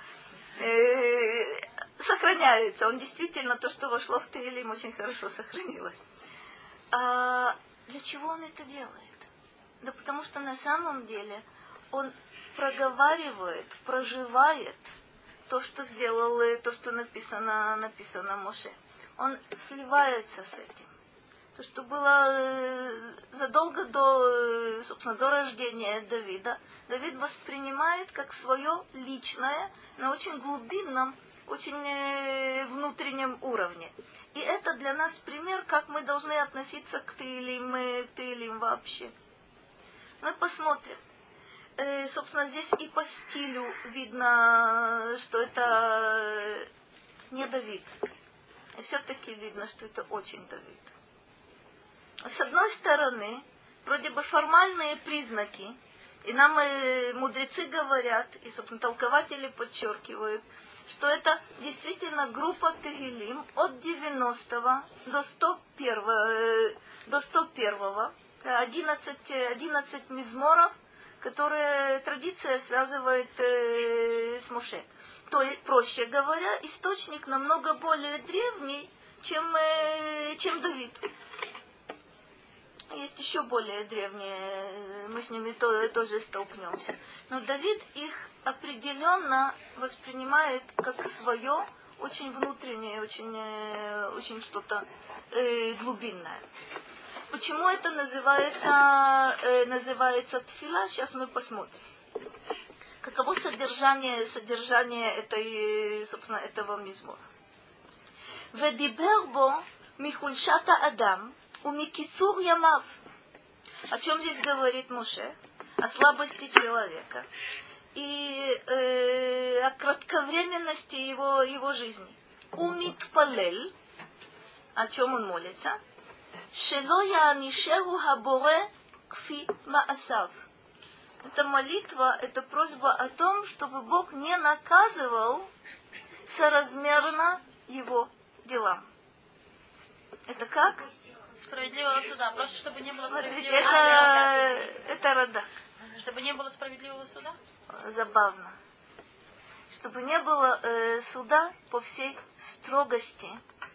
Сохраняется. Он действительно, то, что вошло в Тегилим, очень хорошо сохранилось. А для чего он это делает? Да потому что на самом деле он проговаривает, проживает то, что сделал, то, что написано, написано Моше. Он сливается с этим. То, что было задолго до, собственно, до рождения Давида, Давид воспринимает как свое личное, на очень глубинном, очень внутреннем уровне. И это для нас пример, как мы должны относиться к Теилим, к Теилим вообще. Мы посмотрим. Э, собственно, здесь и по стилю видно, что это не Давид. И все-таки видно, что это очень Давид. С одной стороны, вроде бы формальные признаки, и нам э, мудрецы говорят, и, собственно, толкователи подчеркивают, что это действительно группа Тегилим от девяностого до сто первого, э, до сто первого, одиннадцать, одиннадцать мизморов, которые традиция связывает э, с Моше. То есть, проще говоря, источник намного более древний, чем, э, чем Давид. Есть еще более древние, мы с ними то, тоже столкнемся. Но Давид их определенно воспринимает как свое, очень внутреннее, очень, очень что-то э, глубинное. Почему это называется, э, называется тфила, сейчас мы посмотрим. Каково содержание, содержание этой, собственно, этого мизмора. «Ведибер бо михульшата адам у микисур ямав». О чем здесь говорит Моше? О слабости человека и э, о кратковременности его, его жизни. «Умитпалель», о чем он молится, «Шело яанишеру хаборе кфи маасав». Это молитва, это просьба о том, чтобы Бог не наказывал соразмерно его делам. Это как? Справедливого суда. Просто чтобы не было справедливого это, суда. Это Радак. Чтобы не было справедливого суда? Забавно. Чтобы не было э, суда по всей строгости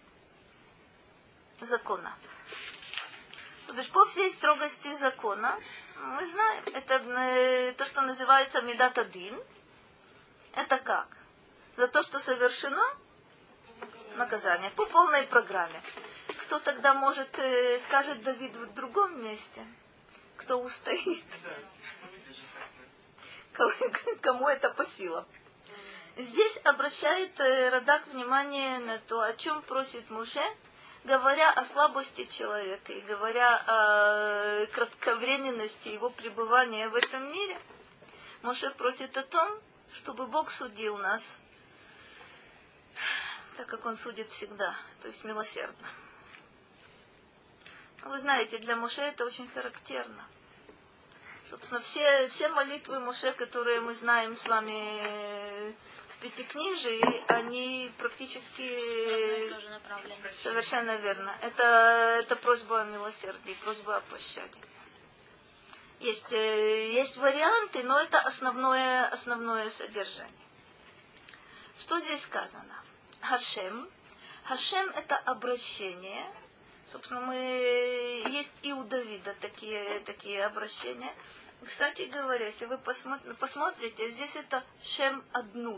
закона. То есть по всей строгости закона, мы знаем, это э, то, что называется Мидат Адин. Это как? За то, что совершено наказание по полной программе. Кто тогда может, э, скажет Давид в другом месте? Кто устоит? Кому это по силам? Здесь обращает э, Радак внимание на то, о чем просит Моше, говоря о слабости человека и говоря о кратковременности его пребывания в этом мире. Моше просит о том, чтобы Бог судил нас, так как Он судит всегда, то есть милосердно. Вы знаете, для Моше это очень характерно. Собственно, все, все молитвы Моше, которые мы знаем с вами в Пятикнижии, они практически совершенно верно. Это, это просьба о милосердии, просьба о пощаде. Есть, есть варианты, но это основное, основное содержание. Что здесь сказано? Хашем. Хашем это обращение. Собственно, мы есть и у Давида такие, такие обращения. Кстати говоря, если вы посмотрите, здесь это Шем Аднут.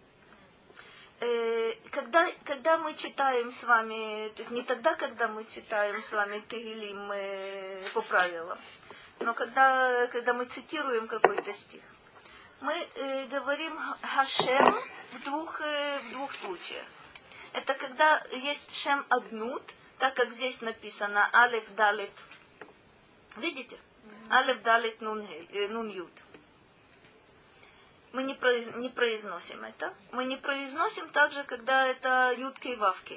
Когда, когда мы читаем с вами, то есть не тогда, когда мы читаем с вами Тегилим по правилам, но когда, когда мы цитируем какой-то стих, мы э, говорим Хашем в двух, э, в двух случаях. Это когда есть Шем Аднут, так как здесь написано Алеф Далет. Видите? Алеф Далет Нун, э, нун Юд. Мы не, произ, не произносим это. Мы не произносим также, когда это Юдкей Вавкей.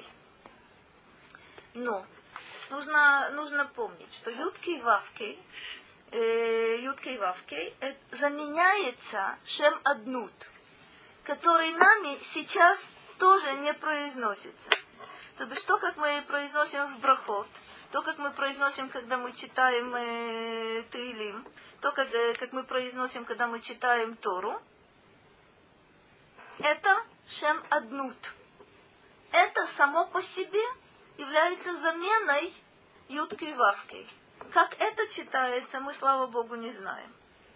Но нужно, нужно помнить, что Юдкей Вавкей э, Юдкей Вавкей э, заменяется Шем Аднут, который нами сейчас тоже не произносится. То есть то, как мы произносим в брахот, то, как мы произносим, когда мы читаем э, Теилим, то, как, э, как мы произносим, когда мы читаем Тору, это Шем Аднут. Это само по себе является заменой Юдкей Вавкей. Как это читается, мы, слава Богу, не знаем.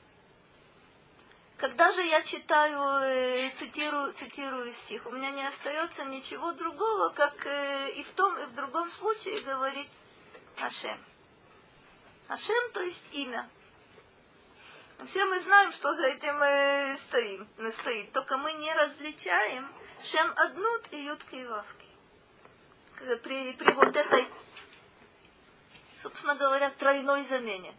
Когда же я читаю, цитирую, цитирую стих, у меня не остается ничего другого, как и в том, и в другом случае говорить Ашем. Ашем, то есть имя. Все мы знаем, что за этим стоим, стоит. Только мы не различаем Шем Аднут и Юдкей Вавкей. При, при вот этой, собственно говоря, тройной замене.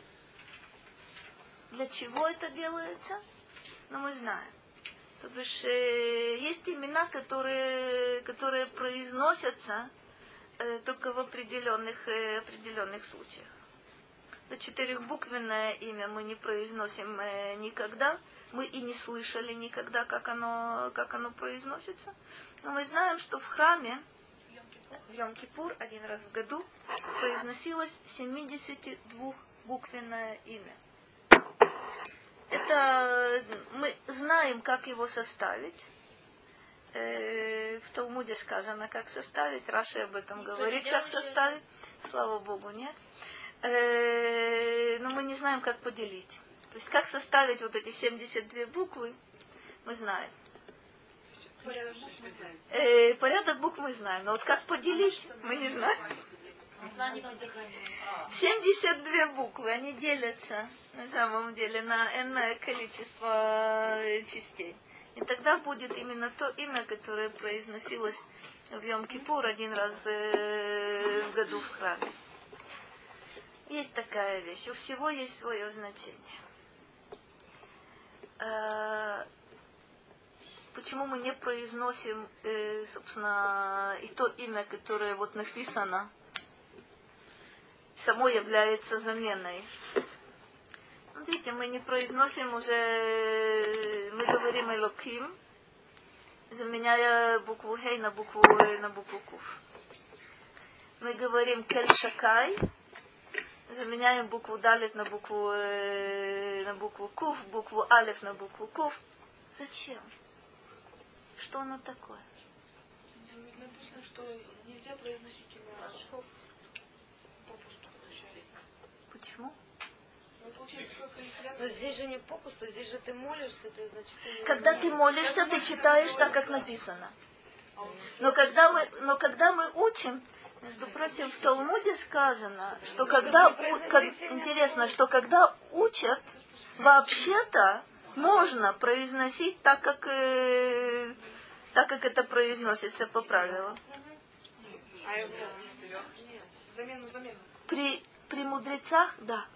Для чего это делается? Но мы знаем. То бишь, э, есть имена, которые, которые произносятся э, только в определенных, э, определенных случаях. То четырехбуквенное имя мы не произносим э, никогда. Мы и не слышали никогда, как оно, как оно произносится. Но мы знаем, что в храме в Йом-Кипур один раз в году произносилось семидесятидвухбуквенное имя. Это мы знаем, как его составить. Э, в Талмуде сказано, как составить. Раши об этом Никто говорит, как составить. Слава Богу, нет. Э, но мы не знаем, как поделить. То есть, как составить вот эти семьдесят две буквы, мы знаем. Порядок букв мы знаем. Э, порядок букв мы знаем, но вот как поделить, мы не знаем. семьдесят две буквы, они делятся на самом деле на энное количество частей. И тогда будет именно то имя, которое произносилось в Йом-Кипур один раз в году в храме. Есть такая вещь, у всего есть свое значение. Почему мы не произносим, собственно, и то имя, которое вот написано, само является заменой. Видите, мы не произносим уже, мы говорим Элоким, заменяя букву Хей на букву, на букву Куф. Мы говорим Кель Шакай, заменяем букву Далет на букву, на букву Куф, букву Алеф на букву Куф. Зачем? Что оно такое? Написано, что нельзя произносить имя Ашхов. Почему? Но здесь же не попусту, здесь же ты молишься, ты, значит, ты... Когда ты молишься, ты читаешь так, как написано. Но когда мы, но когда мы учим, между прочим, в Талмуде сказано, что когда, у, как, интересно, что когда учат, вообще-то можно произносить так, как, э, так, как это произносится по правилам. Замену, замену. При, при мудрецах, да.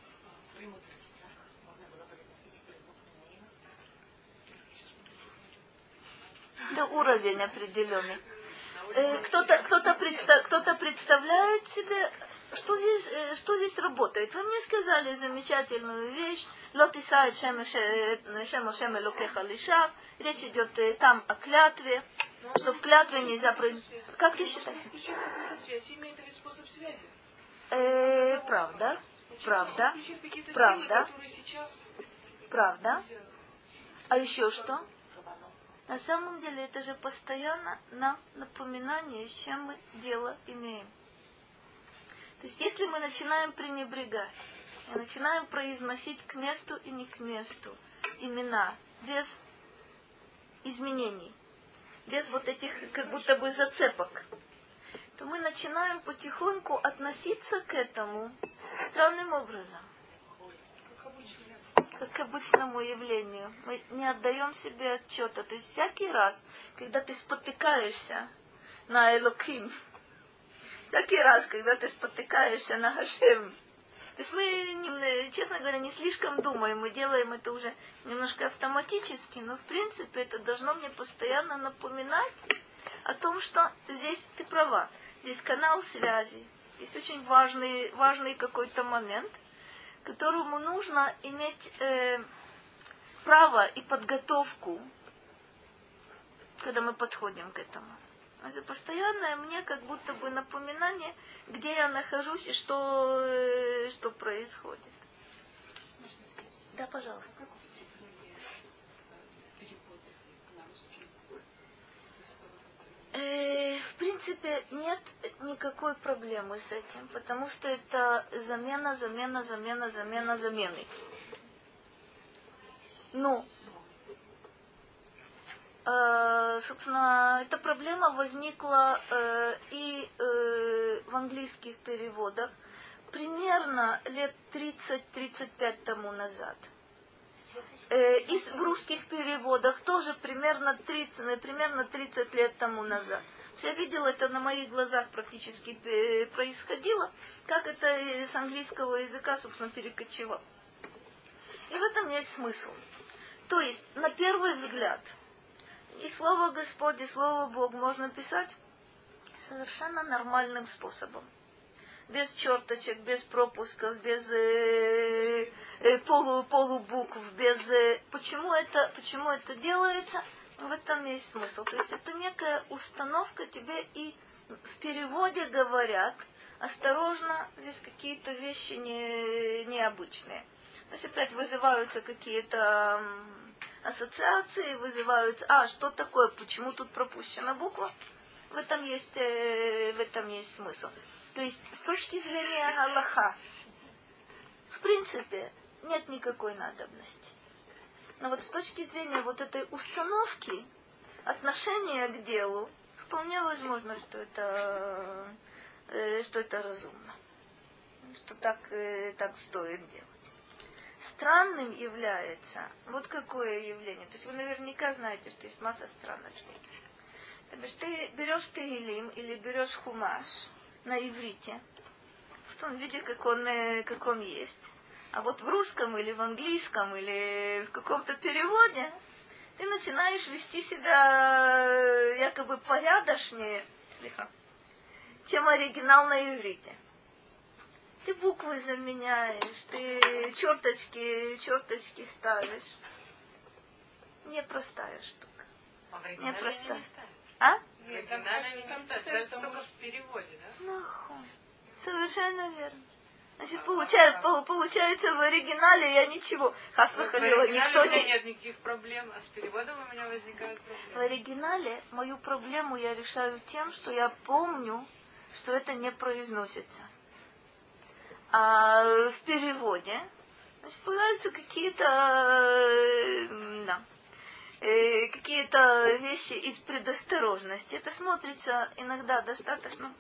Да, уровень определенный. Э, кто-то, кто-то, представ, кто-то представляет себе, что здесь, что здесь работает? Вы мне сказали замечательную вещь. Лот Исаид Шем Шем Элокеха Лиша. Речь идет там о клятве, что в клятве нельзя произнести. Как ты считаешь? Имеет ведь способ связи. Э, правда, правда, правда, правда. А еще что? На самом деле это же постоянно нам напоминание, с чем мы дело имеем. То есть если мы начинаем пренебрегать, и начинаем произносить к месту и не к месту имена, без изменений, без вот этих как будто бы зацепок, то мы начинаем потихоньку относиться к этому странным образом. Как к обычному явлению. Мы не отдаем себе отчета. То есть всякий раз, когда ты спотыкаешься на Элоким, всякий раз, когда ты спотыкаешься на Хашем, то есть мы, честно говоря, не слишком думаем, мы делаем это уже немножко автоматически, но в принципе это должно мне постоянно напоминать о том, что здесь ты права, здесь канал связи, здесь очень важный, важный какой-то момент, которому нужно иметь э, право и подготовку, когда мы подходим к этому. Это постоянное мне как будто бы напоминание, где я нахожусь и что, э, что происходит. Да, пожалуйста. Э, в принципе, нет никакой проблемы с этим, потому что это замена, замена, замена, замена, замены. Но, э, собственно, эта проблема возникла э, и э, в английских переводах примерно лет тридцать-тридцать пять тому назад. И в русских переводах тоже примерно тридцать, примерно тридцать лет тому назад. Я видела, это на моих глазах практически происходило, как это с английского языка, собственно, перекочевало. И в этом есть смысл. То есть, на первый взгляд, и слово Господь, и слово Бог можно писать совершенно нормальным способом. Без черточек, без пропусков, без э, э, полу, полубукв, без... Э, почему, это, почему это делается? В этом есть смысл. То есть это некая установка тебе, и в переводе говорят, осторожно, здесь какие-то вещи не, необычные. То есть опять вызываются какие-то ассоциации, вызываются, а, что такое, почему тут пропущена буква? В этом есть, э, в этом есть смысл. То есть, с точки зрения Аллаха, в принципе, нет никакой надобности. Но вот с точки зрения вот этой установки, отношения к делу, вполне возможно, что это, э, что это разумно. Что так, э, так стоит делать. Странным является, вот какое явление. То есть вы наверняка знаете, что есть масса странностей. То есть ты берешь Теилим или берешь Хумаш на иврите, в том виде, как он, как он есть. А вот в русском или в английском или в каком-то переводе ты начинаешь вести себя якобы порядочнее, чем оригинал на иврите. Ты буквы заменяешь, ты черточки, черточки ставишь. Непростая штука. А в оригинале Непростая. не ставят. А? В оригинале не ставят, даже только в переводе, да? Ну, совершенно верно. Значит, получается, получается, в оригинале я ничего. Хас выходила, никто не... нет никаких проблем, а с переводом у меня возникают проблемы. В оригинале мою проблему я решаю тем, что я помню, что это не произносится. А в переводе, значит, появляются какие-то, да, какие-то вещи из предосторожности. Это смотрится иногда достаточно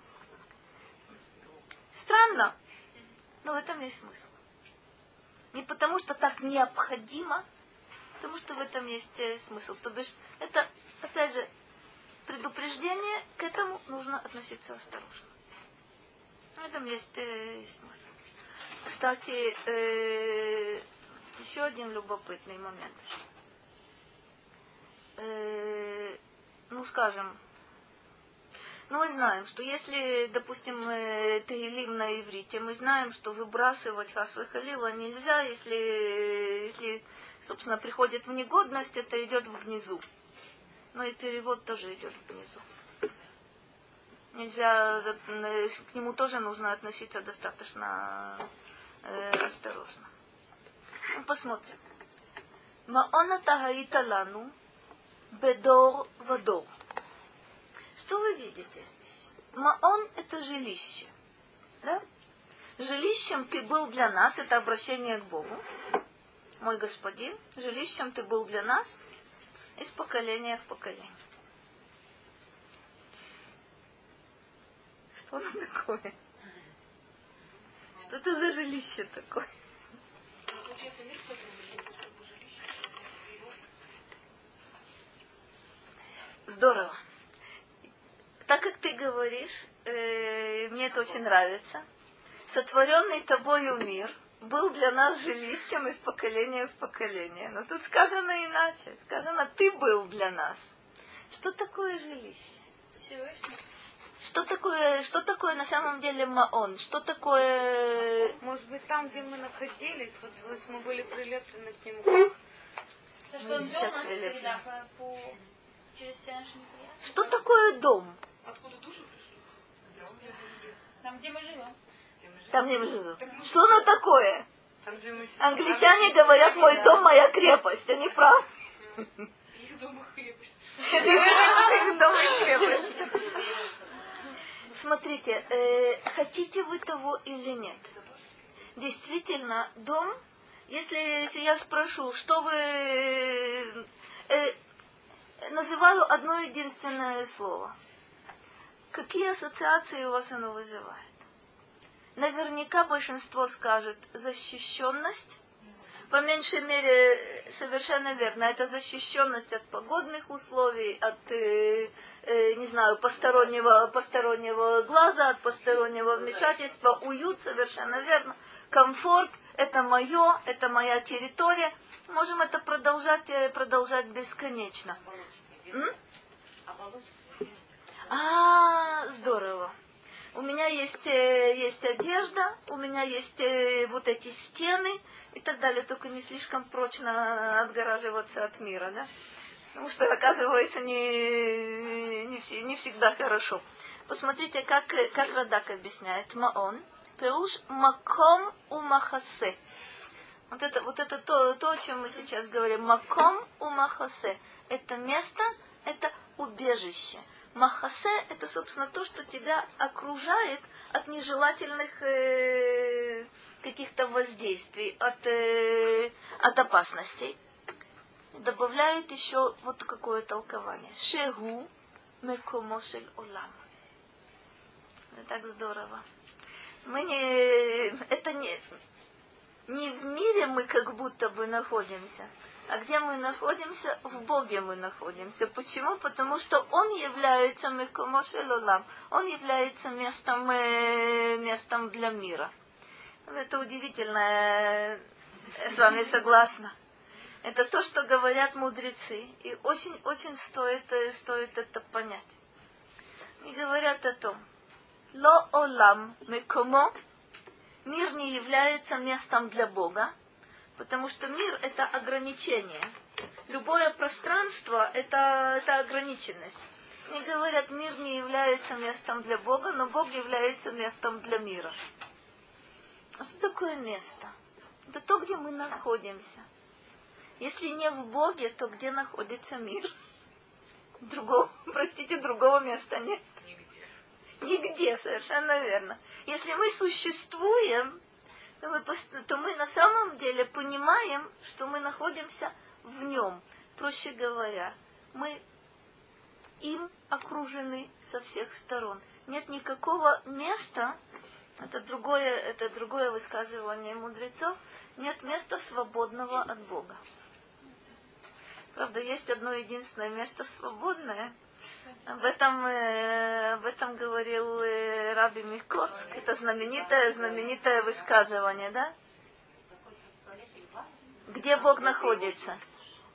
странно. Но в этом есть смысл. Не потому, что так необходимо, потому что в этом есть смысл. То бишь, это, опять же, предупреждение, к этому нужно относиться осторожно. В этом есть, есть смысл. Кстати, э, еще один любопытный момент. Э, ну, скажем, Но мы знаем, что если, допустим, Теилим на иврите, мы знаем, что выбрасывать хас вехалила нельзя, если, если, собственно, приходит в негодность, это идет внизу. Но и перевод тоже идет внизу. Нельзя, к нему тоже нужно относиться достаточно э, осторожно. Ну, посмотрим. Маона тагаита лану бедор вадор. Что вы видите здесь? Маон – это жилище. Да? Жилищем ты был для нас, это обращение к Богу. Мой господин, жилищем ты был для нас из поколения в поколение. Что оно такое? Что это за жилище такое? Здорово. Так как ты говоришь, э, мне это очень нравится, сотворенный тобою мир был для нас жилищем из поколения в поколение. Но тут сказано иначе. Сказано, ты был для нас. Что такое жилище? Что такое, что такое на самом деле маон? Что такое... Может быть, там, где мы находились, вот, вот мы были прилеплены к нему. То, что он вел нас всегда по, по, через все наши неприятности. Что такое дом? Откуда души пришли? Там, где мы живем. Там, где мы живем. Что оно такое? Там, где мы Англичане говорят, мой дом, моя крепость. Они правы. Их дом и крепость. Их дом и крепость. Смотрите, э, хотите вы того или нет? Действительно, дом, если, если я спрошу, что вы... Э, называю одно единственное слово. Какие ассоциации у вас оно вызывает? Наверняка большинство скажет защищенность. По меньшей мере, совершенно верно. Это защищенность от погодных условий, от, э, э, не знаю, постороннего, постороннего глаза, от постороннего вмешательства. Уют, совершенно верно. Комфорт, это мое, это моя территория. Можем это продолжать, продолжать бесконечно. М? А, здорово. У меня есть, есть одежда, у меня есть вот эти стены и так далее, только не слишком прочно отгораживаться от мира, да? Потому что, оказывается, не, не, все, не всегда хорошо. Посмотрите, как, как Радак объясняет. Маон, перуш маком у махасе. Вот это, вот это то, то, о чем мы сейчас говорим. Маком у махасе. Это место, это убежище. Махасе – это, собственно, то, что тебя окружает от нежелательных э, каких-то воздействий, от, э, от опасностей. Добавляет еще вот какое толкование. Шегу мекомошель олам. Это так здорово. Мы не... Это не... Не в мире мы как будто бы находимся, а где мы находимся? В Боге мы находимся. Почему? Потому что Он является мекомошель олам. Он является местом, местом для мира. Это удивительно. Я с вами согласна. Это то, что говорят мудрецы. И очень-очень стоит, стоит это понять. И говорят о том. Ло олам мекомо. Мир не является местом для Бога, потому что мир – это ограничение. Любое пространство – это, это ограниченность. Они говорят, мир не является местом для Бога, но Бог является местом для мира. А что такое место? Это то, где мы находимся. Если не в Боге, то где находится мир? Другого, простите, другого места нет. Нигде, совершенно верно. Если мы существуем, то мы, то мы на самом деле понимаем, что мы находимся в нем. Проще говоря, мы им окружены со всех сторон. Нет никакого места, это другое, это другое высказывание мудрецов, нет места свободного от Бога. Правда, есть одно единственное место свободное. Об этом, э, об этом говорил э, Раби Михкоцк. Это знаменитое, знаменитое высказывание, да? Где Бог находится?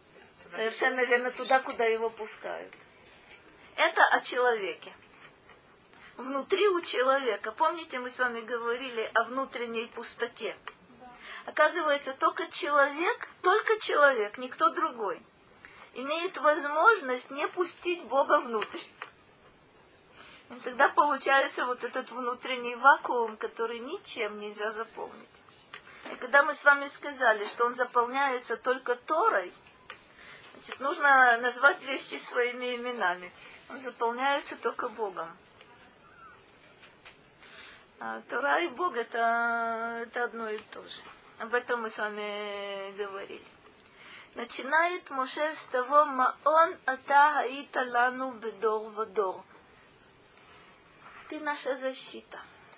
Совершенно верно, туда, куда его пускают. Это о человеке. внутри у человека. Помните, мы с вами говорили о внутренней пустоте? Да. Оказывается, только человек, только человек, никто другой, имеет возможность не пустить Бога внутрь. И тогда получается вот этот внутренний вакуум, который ничем нельзя заполнить. И когда мы с вами сказали, что он заполняется только Торой, значит, нужно назвать вещи своими именами. Он заполняется только Богом. А Тора и Бог это, это одно и то же. Об этом мы с вами говорили. Начинает Моше с того: «Маон ата хаита лану бедор вадор». Ты наша защита.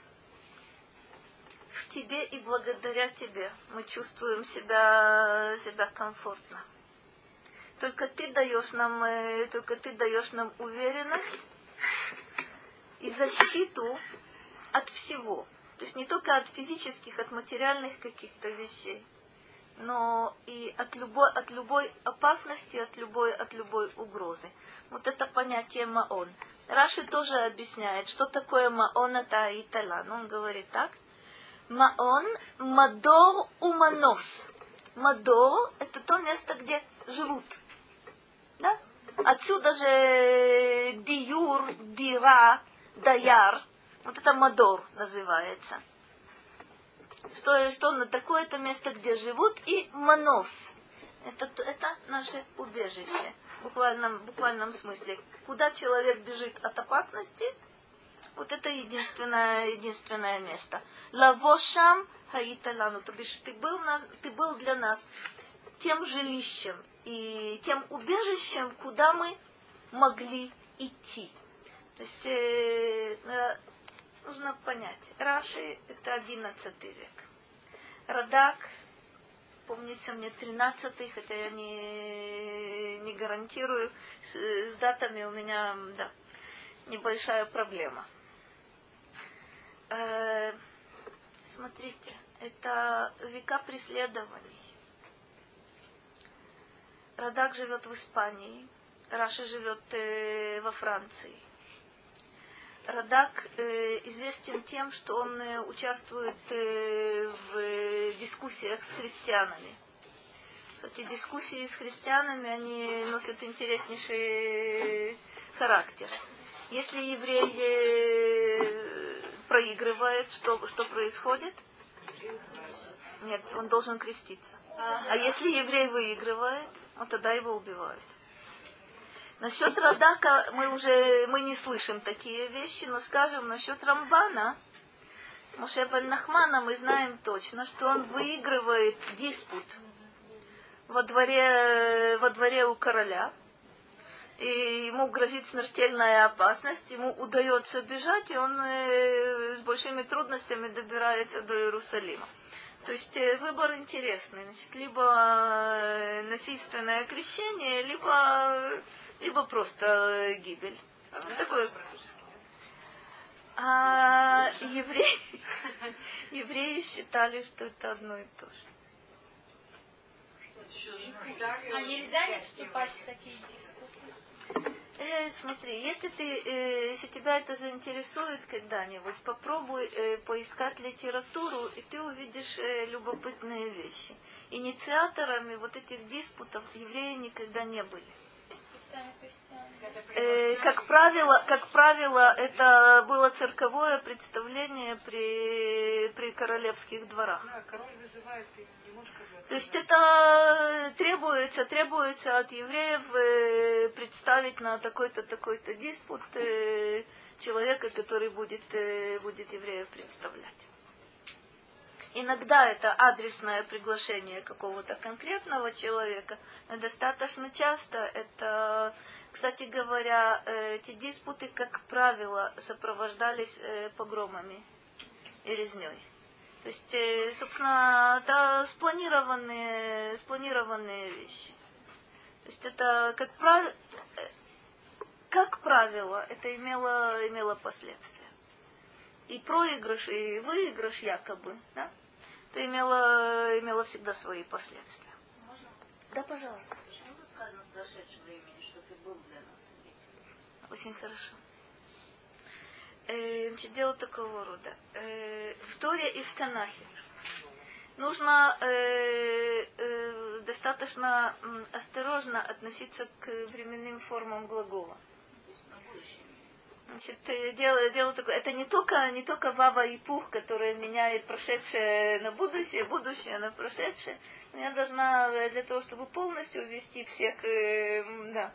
В тебе и благодаря тебе мы чувствуем себя, себя комфортно. Только ты даешь нам, только ты даешь нам уверенность и защиту от всего. То есть не только от физических, от материальных каких-то вещей, но и от любой, от любой опасности, от любой, от любой угрозы. Вот это понятие маон. Раши тоже объясняет, что такое маон ата хаита лану. Он говорит так: маон, мадор уманос. Мадор – это то место, где живут. Да? Отсюда же диюр, дира, даяр. Вот это мадор называется. Что, что на такое это место, где живут, и манос. Это, это наше убежище. В буквальном, буквальном смысле. Куда человек бежит от опасности, вот это единственное, единственное место. Лавошам хаита лану. То бишь, ты был, нас, ты был для нас тем жилищем и тем убежищем, куда мы могли идти. То есть э, нужно понять. Раши это одиннадцатый век. Радак, помнится мне, тринадцатый, хотя я не, не гарантирую. С, с датами у меня, да, небольшая проблема. Э, смотрите, это века преследований. Радак живет в Испании, Раши живет э, во Франции. Радак э, известен тем, что он э, участвует э, в э, дискуссиях с христианами. Кстати, дискуссии с христианами, они носят интереснейший характер. Если еврей э, проигрывает, что, что происходит? Нет, он должен креститься. А если еврей выигрывает, вот тогда его убивают. Насчет Радака мы уже мы не слышим такие вещи, но скажем, насчет Рамбана, Моше бен Нахмана, мы знаем точно, что он выигрывает диспут во дворе, во дворе у короля, и ему грозит смертельная опасность, ему удается бежать, и он э, с большими трудностями добирается до Иерусалима. То есть э, выбор интересный. Значит, либо э, насильственное крещение, либо, либо просто э, гибель. Вот такой. А евреи, евреи считали, что это одно и то же. А нельзя не вступать в такие дискуссии? Э, смотри, если ты, э, если тебя это заинтересует когда-нибудь, попробуй э, поискать литературу, и ты увидишь э, любопытные вещи. Инициаторами вот этих диспутов евреи никогда не были. Э, как правило, как правило, это было цирковое представление при, при королевских дворах. Да, король вызывает и не может сказать. То есть это требуется, требуется от евреев э, представить на такой-то, такой-то диспут э, человека, который будет, э, будет евреев представлять. Иногда это адресное приглашение какого-то конкретного человека, но достаточно часто это, кстати говоря, эти диспуты, как правило, сопровождались погромами и резней. То есть, собственно, это спланированные, спланированные вещи. То есть это, как правило, как правило, это имело, имело последствия. И проигрыш, и выигрыш якобы, да? Это имело, имело всегда свои последствия. Можно? Да, пожалуйста. Почему тут сказано в прошедшем времени, что ты был для нас? Очень хорошо. Э, значит, дело такого рода. Э, в Торе и в Танахе нужно э, э, достаточно э, осторожно относиться к временным формам глагола. Значит, дело, дело такое, это не только, не только вава и пух, которая меняет прошедшее на будущее, будущее на прошедшее. Я должна для того, чтобы полностью увести всех, э, да,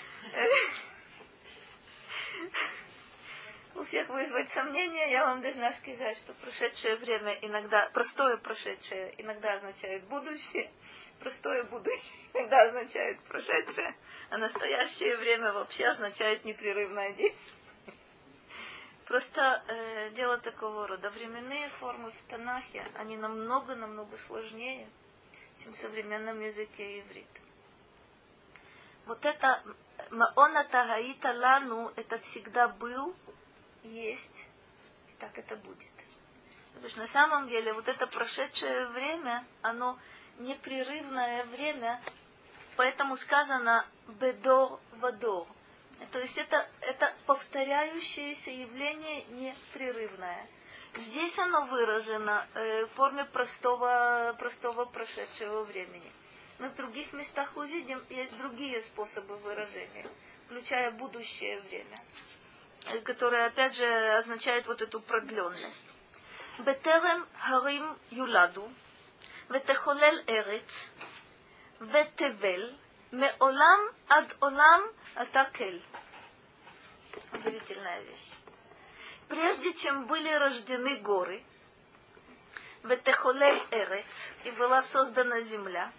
у всех вызвать сомнения, я вам должна сказать, что прошедшее время иногда, простое прошедшее иногда означает будущее, простое будущее иногда означает прошедшее, а настоящее время вообще означает непрерывное действие. Просто э, дело такого рода. Временные формы в Танахе, они намного-намного сложнее, чем в современном языке иврит. Вот это «Маона тагаита лану» это всегда был, есть, и так это будет. Потому что на самом деле вот это прошедшее время, оно непрерывное время, поэтому сказано «бедор вадор». То есть это, это повторяющееся явление непрерывное. Здесь оно выражено э, в форме простого, простого прошедшего времени. Но в других местах увидим, есть другие способы выражения, включая будущее время, которое опять же означает вот эту продленность. Бетерем харим юладу, ветехолел эрец, ветевел, меолам ад олам атакель. Удивительная вещь. Прежде чем были рождены горы, ветехолел эрец, и была создана земля,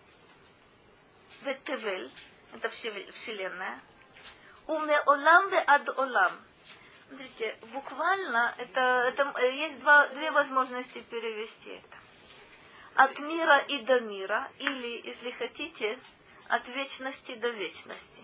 ветевел, это вселенная, умеолам ве ад олам. Смотрите, буквально это, это есть два, две возможности перевести это. От мира и до мира, или, если хотите, от вечности до вечности.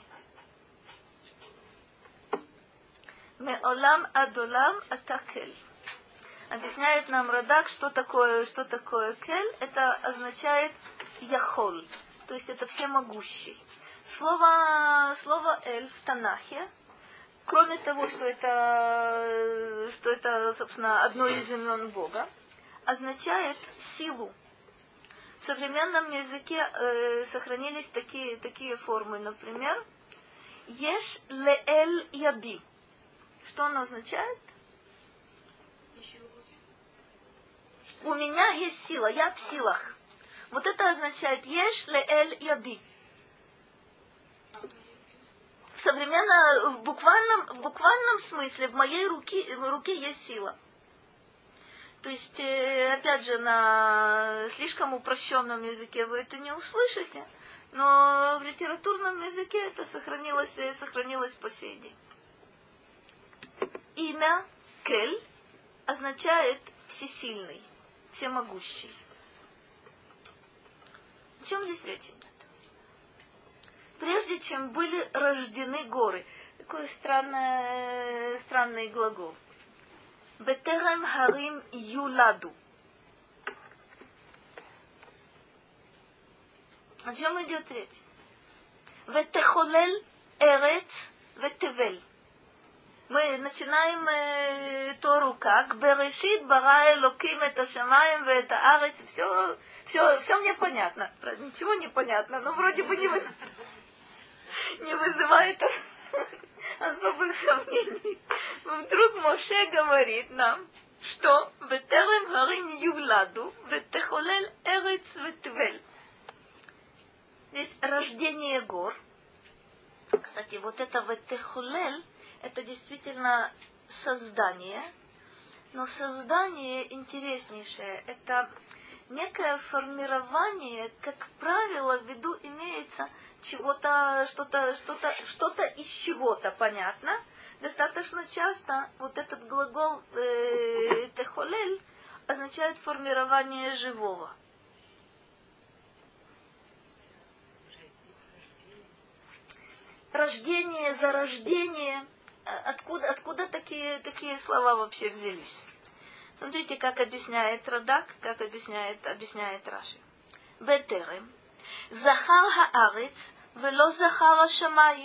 Меолам адолам атакель. Объясняет нам Радак, что такое, что такое кель. Это означает яхол, то есть это всемогущий. Слово, слово эль в Танахе, кроме того, что это, что это, собственно, одно из имен Бога, означает силу. В современном языке э, сохранились такие, такие формы, например, еш леэль яди. Что оно означает? У меня есть сила, я в силах. Вот это означает еш леэль яди. В современном, в буквальном, в буквальном смысле в моей руке, в руке есть сила. То есть, опять же, на слишком упрощенном языке вы это не услышите, но в литературном языке это сохранилось, сохранилось по сей день. Имя Кель означает всесильный, всемогущий. О чем здесь речь идет? Прежде чем были рождены горы. Такой странный, странный глагол. Бетерем харим юладу. О чем идет речь? Ветехолел эрец ветевел. Мы начинаем э, Тору как? Берешит бара элоким эта шамаем вета арец. Все, все, все мне понятно. Правда, ничего не понятно, но вроде бы не, выз... не вызывает особых сомнений. Вдруг Моше говорит нам, что «Ветерем харим юладу, ветехолел эрец ветевел». Здесь рождение гор. Кстати, вот это «ветехолел» это действительно создание, но создание интереснейшее. Это некое формирование, как правило, в виду имеется чего-то, что-то, что-то, что-то из чего-то, понятно? Достаточно часто вот этот глагол э, техолель означает формирование живого. Рождение, зарождение. Откуда, откуда такие, такие слова вообще взялись? Смотрите, как объясняет Радак, как объясняет, объясняет Раши. Бетерем. Захар хаарец вело захар ашамаим.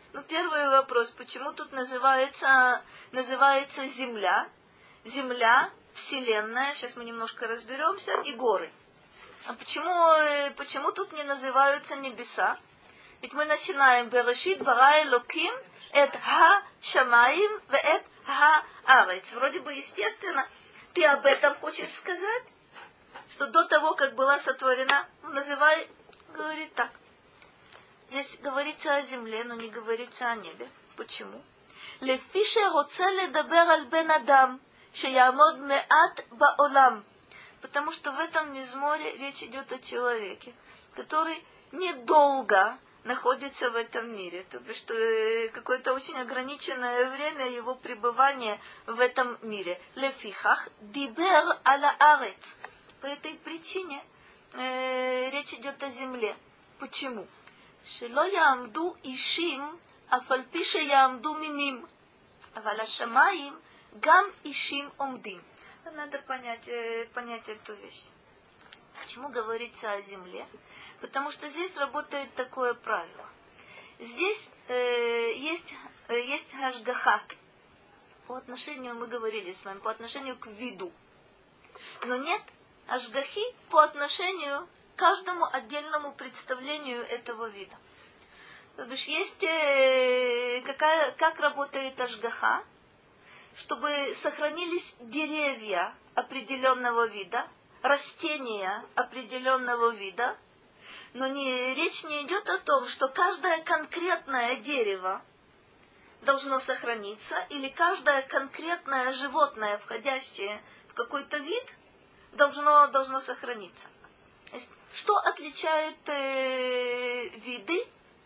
Ну, первый вопрос, почему тут называется, называется земля? Земля, Вселенная, сейчас мы немножко разберемся, и горы. А почему, почему тут не называются небеса? Ведь мы начинаем «Берешит бара Элоким эт ха-шамаим ве эт ха-арец». Вроде бы естественно, ты об этом хочешь сказать? Что до того, как была сотворена, ну, называй, говорит так. Здесь говорится о земле, но не говорится о небе. Почему? לפי שרוצה לדבר על בן אדם שיעמוד מעט בעולם. Потому что в этом мизморе речь идет о человеке, который недолго находится в этом мире. То есть, что какое-то очень ограниченное время его пребывания в этом мире. Лефихах дибер аля арец. По этой причине э, речь идет о земле. Почему? שלא יעמדו אישים אף על פי שיעמדו מינים, אבל השמיים גם אישים עומדים. Надо понять, понять эту вещь. Почему говорится о земле? Потому что здесь работает такое правило. Здесь э, есть, э, есть ашгаха. По отношению, мы говорили с вами, по отношению к виду. Но нет ашгахи по отношению к каждому отдельному представлению этого вида. То бишь есть э, какая, как работает ашгаха, чтобы сохранились деревья определенного вида, растения определенного вида, но не, речь не идет о том, что каждое конкретное дерево должно сохраниться, или каждое конкретное животное, входящее в какой-то вид, должно, должно сохраниться. Что отличает э, виды?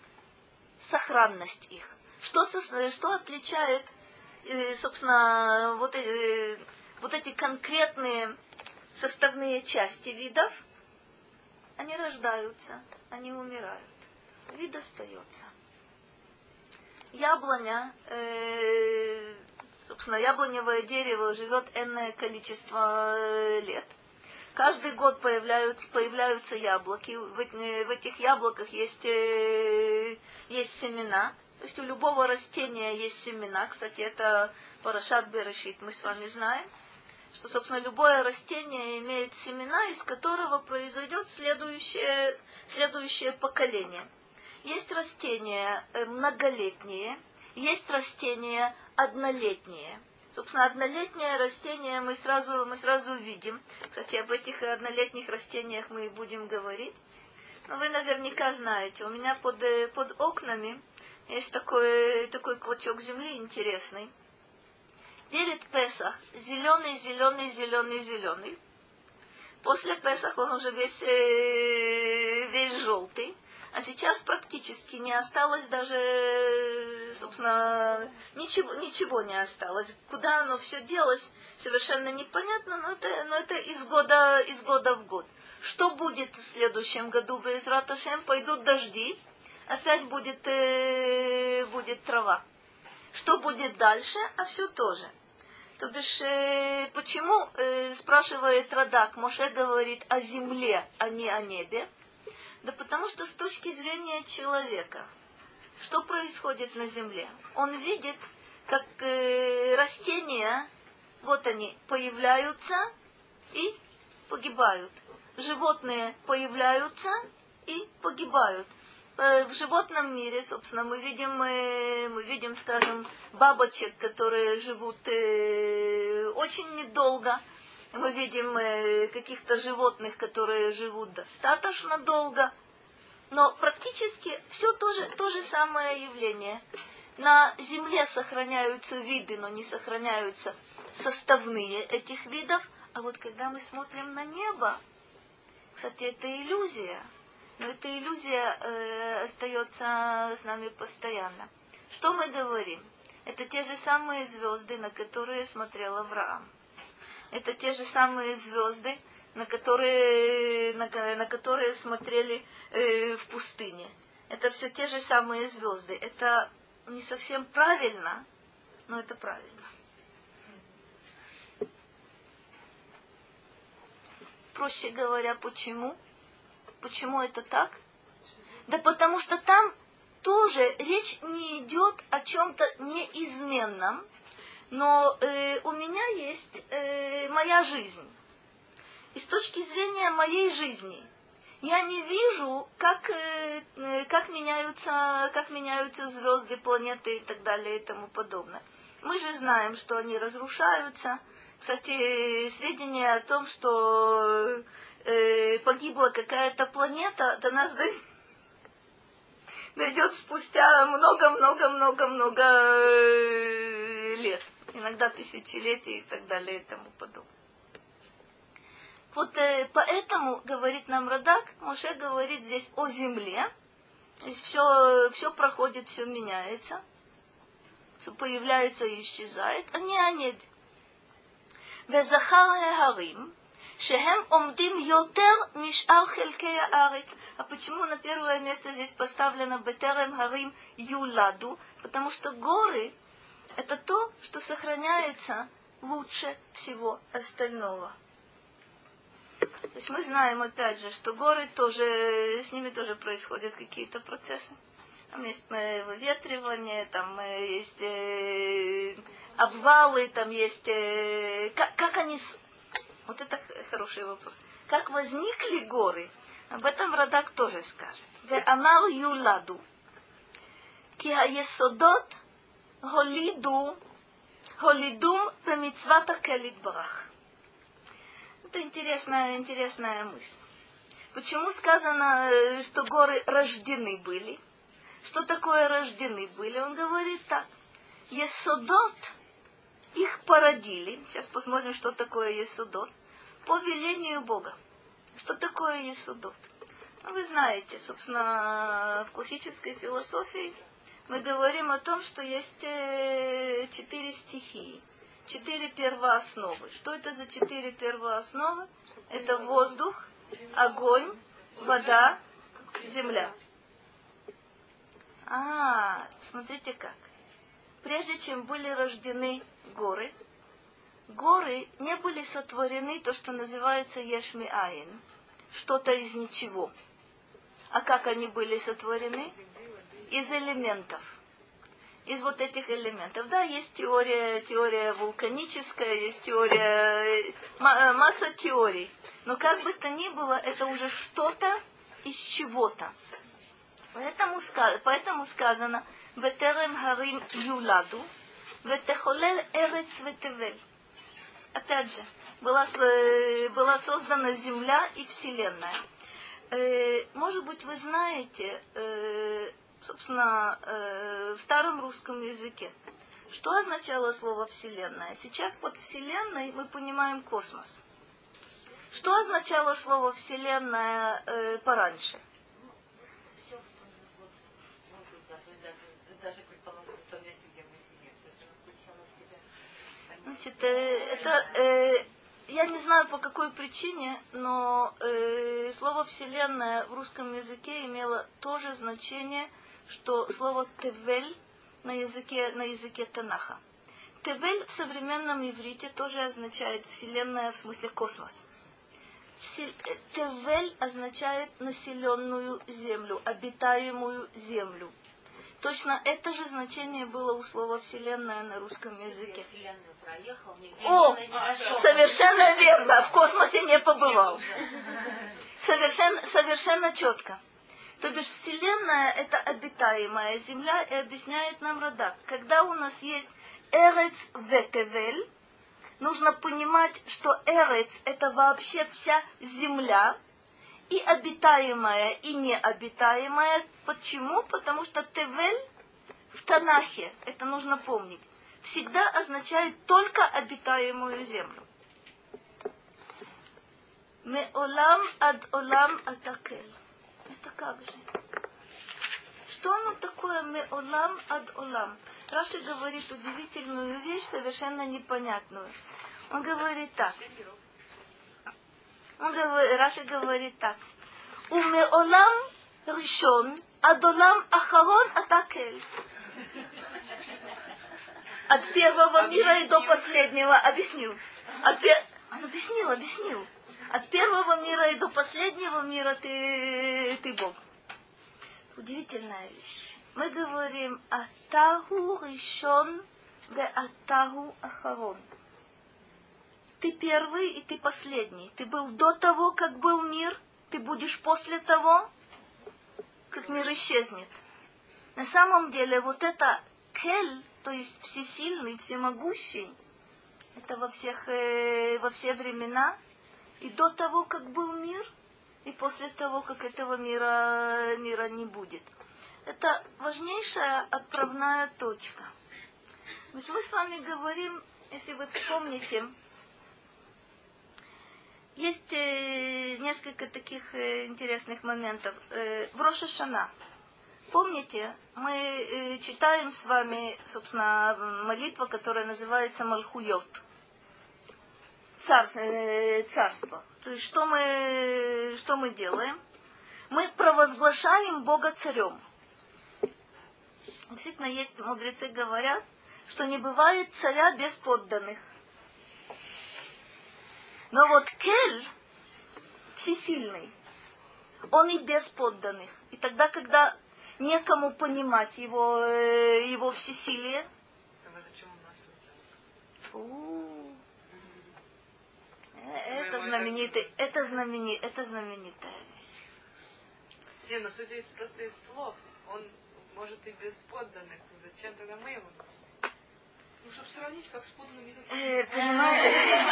Сохранность их. Что, что отличает, э, собственно, вот, э, вот эти конкретные составные части видов? Они рождаются, они умирают. Вид остается. Яблоня, э, собственно, яблоневое дерево живет энное количество лет. Каждый год появляются, появляются яблоки. В, в этих яблоках есть, э, есть семена. То есть у любого растения есть семена. Кстати, это парашат Берешит, мы с вами знаем. Что, собственно, любое растение имеет семена, из которого произойдет следующее, следующее поколение. Есть растения многолетние, есть растения однолетние. Собственно, однолетнее растение мы сразу, мы сразу видим. Кстати, об этих однолетних растениях мы и будем говорить. Но вы наверняка знаете, у меня под, под окнами есть такой, такой клочок земли интересный. Перед Песах зеленый, зеленый, зеленый, зеленый. После Песах он уже весь, весь желтый. А сейчас практически не осталось даже, собственно, ничего, ничего не осталось. Куда оно все делось, совершенно непонятно, но это, но это из года, из года в год. Что будет в следующем году, Бе'эзрат Ашем? Пойдут дожди, опять будет, э, будет трава. Что будет дальше? А все тоже. То бишь, э, почему, э, спрашивает Радак, Моше говорит о земле, а не о небе? Да потому что с точки зрения человека, что происходит на земле? Он видит, как э, растения, вот они, появляются и погибают. Животные появляются и погибают. Э, в животном мире, собственно, мы видим, э, мы видим, скажем, бабочек, которые живут э, очень недолго. Мы видим э, каких-то животных, которые живут достаточно долго, но практически все то же, то же самое явление. На Земле сохраняются виды, но не сохраняются составные этих видов, а вот когда мы смотрим на небо, кстати, это иллюзия, но эта иллюзия э, остается с нами постоянно. Что мы говорим? Это те же самые звезды, на которые смотрел Авраам. Это те же самые звезды, на которые, на, на которые смотрели э, в пустыне. Это все те же самые звезды. Это не совсем правильно, но это правильно. Проще говоря, почему? Почему это так? Да потому что там тоже речь не идет о чем-то неизменном, но э, у меня есть э, моя жизнь. И с точки зрения моей жизни я не вижу, как, э, как, меняются, как меняются звезды, планеты и так далее и тому подобное. Мы же знаем, что они разрушаются. Кстати, сведения о том, что э, погибла какая-то планета, до нас дойдет спустя много-много-много-много лет. Иногда тысячелетий и так далее и тому подобное. Вот э, поэтому, говорит нам Радак, Моше говорит здесь о земле. Здесь все, все проходит, все меняется. Все появляется и исчезает, а не о небе. וזכר ההרים, שהם עומדים יותר משאר חלקי הארץ. А почему на первое место здесь поставлено בטרם הרים юладу? Потому что горы – это то, что сохраняется лучше всего остального. То есть мы знаем, опять же, что горы тоже, с ними тоже происходят какие-то процессы. Там есть выветривание, там есть э, обвалы, там есть... Э, как, как они... Вот это хороший вопрос. Как возникли горы? Об этом Радак тоже скажет. Ве'амар юладу. Ки хаесодот холиду холидум бемицват хакель йитбарах. Это интересная, интересная мысль. Почему сказано, что горы рождены были? Что такое рождены были? Он говорит так. Есодот, их породили. Сейчас посмотрим, что такое есодот. По велению Бога. Что такое есодот? Ну, вы знаете, собственно, в классической философии мы говорим о том, что есть четыре стихии. Четыре первоосновы. Что это за четыре первоосновы? Это воздух, огонь, вода, земля. А, смотрите как. Прежде чем были рождены горы, горы не были сотворены то, что называется ешми айн, что-то из ничего. А как они были сотворены? Из элементов. Из вот этих элементов. Да, есть теория, теория вулканическая, есть теория, масса теорий. Но как бы то ни было, это уже что-то из чего-то. Поэтому, поэтому сказано «Ветерем харим юладу, ветехолел эрец ветевель». Опять же, была, была создана земля и вселенная. Э, может быть, вы знаете, э, собственно, э, в старом русском языке, что означало слово «вселенная». Сейчас под «вселенной» мы понимаем космос. Что означало слово «вселенная» э, пораньше? Даже, предположим, в том месте, где мы сидим. То есть она включала в себя. Значит, э, это, э, я не знаю по какой причине, но э, слово «вселенная» в русском языке имело то же значение, что слово «тевель» на языке, на языке Танаха. «Тевель» в современном иврите тоже означает «вселенная» в смысле космос. «Тевель» означает населенную землю, обитаемую землю. Точно это же значение было у слова «вселенная» на русском языке. Проехал, О, совершенно верно, в космосе не побывал. Совершенно, совершенно четко. То бишь вселенная – это обитаемая земля, и объясняет нам Радак. Когда у нас есть эрец ветевель, нужно понимать, что эрец – это вообще вся земля, и обитаемая, и необитаемая. Почему? Потому что тевель в Танахе, это нужно помнить, всегда означает только обитаемую землю. Меолам ад олам атакель. Это как же? Что оно такое меолам ад олам? Раши говорит удивительную вещь, совершенно непонятную. Он говорит так. Он говорит, Раши говорит так. Умеолам ришон адолам ахарон атакель. От первого мира и до последнего. Объяснил. От пер... Он объяснил, объяснил. От первого мира и до последнего мира ты, ты Бог. Удивительная вещь. мы говорим «Атаху ришон ве атаху ахарон». Ты первый и ты последний. Ты был до того, как был мир, ты будешь после того, как мир исчезнет. На самом деле вот это кель, то есть всесильный, всемогущий, это во всех, э, во все времена, и до того, как был мир, и после того, как этого мира, мира не будет. Это важнейшая отправная точка. То есть мы с вами говорим, если вы вспомните, есть э, несколько таких э, интересных моментов. Э, в Рош ха-Шана, помните, мы э, читаем с вами, собственно, молитву, которая называется Малхуйот. Царство, э, царство. То есть что мы, что мы делаем? Мы провозглашаем Бога царем. Действительно, есть мудрецы говорят, что не бывает царя без подданных. Но вот Кель, всесильный, он и без подданных. И тогда, когда некому понимать его, его всесилие, у-у-у. это знаменитый, это знаменит, это знаменитая вещь. Не, но судя из простых слов, он может и без подданных. Зачем тогда мы его? Ну, чтобы сравнить, как с подданными. Э, понимаете?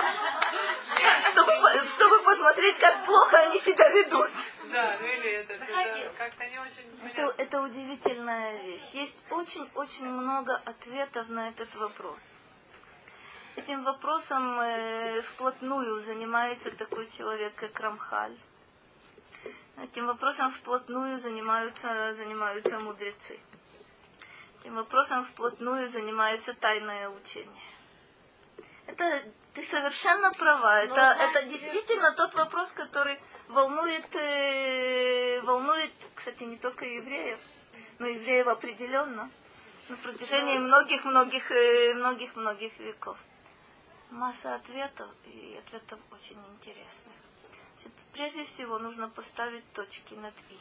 чтобы, чтобы посмотреть, как плохо они себя ведут. Да, ну или это, это как-то не очень это, это удивительная вещь. Есть очень-очень много ответов на этот вопрос. Этим вопросом э, вплотную занимается такой человек, как Рамхаль. Этим вопросом вплотную занимаются, занимаются мудрецы. Этим вопросом вплотную занимается тайное учение. Это ты совершенно права. Это, это действительно тот вопрос, который волнует, э, волнует, кстати, не только евреев, но евреев определенно на протяжении многих-многих, многих-многих веков. Масса ответов, и ответов очень интересных. Значит, прежде всего нужно поставить точки над «и».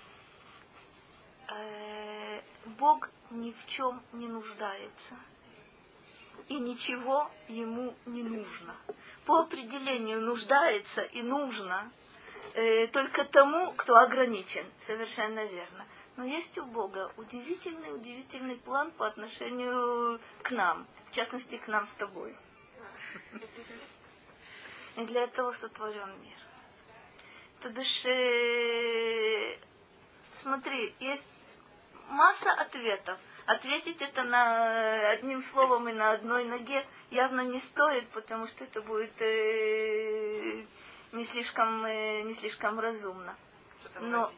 Э, Бог ни в чем не нуждается. И ничего ему не нужно. По определению нуждается и нужно э, только тому, кто ограничен. Совершенно верно. Но есть у Бога удивительный, удивительный план по отношению к нам. В частности, к нам с тобой. И для этого сотворен мир. То бишь, э, смотри, есть масса ответов. Ответить это на одним словом и на одной ноге явно не стоит, потому что это будет э, не слишком, э, не слишком разумно. Но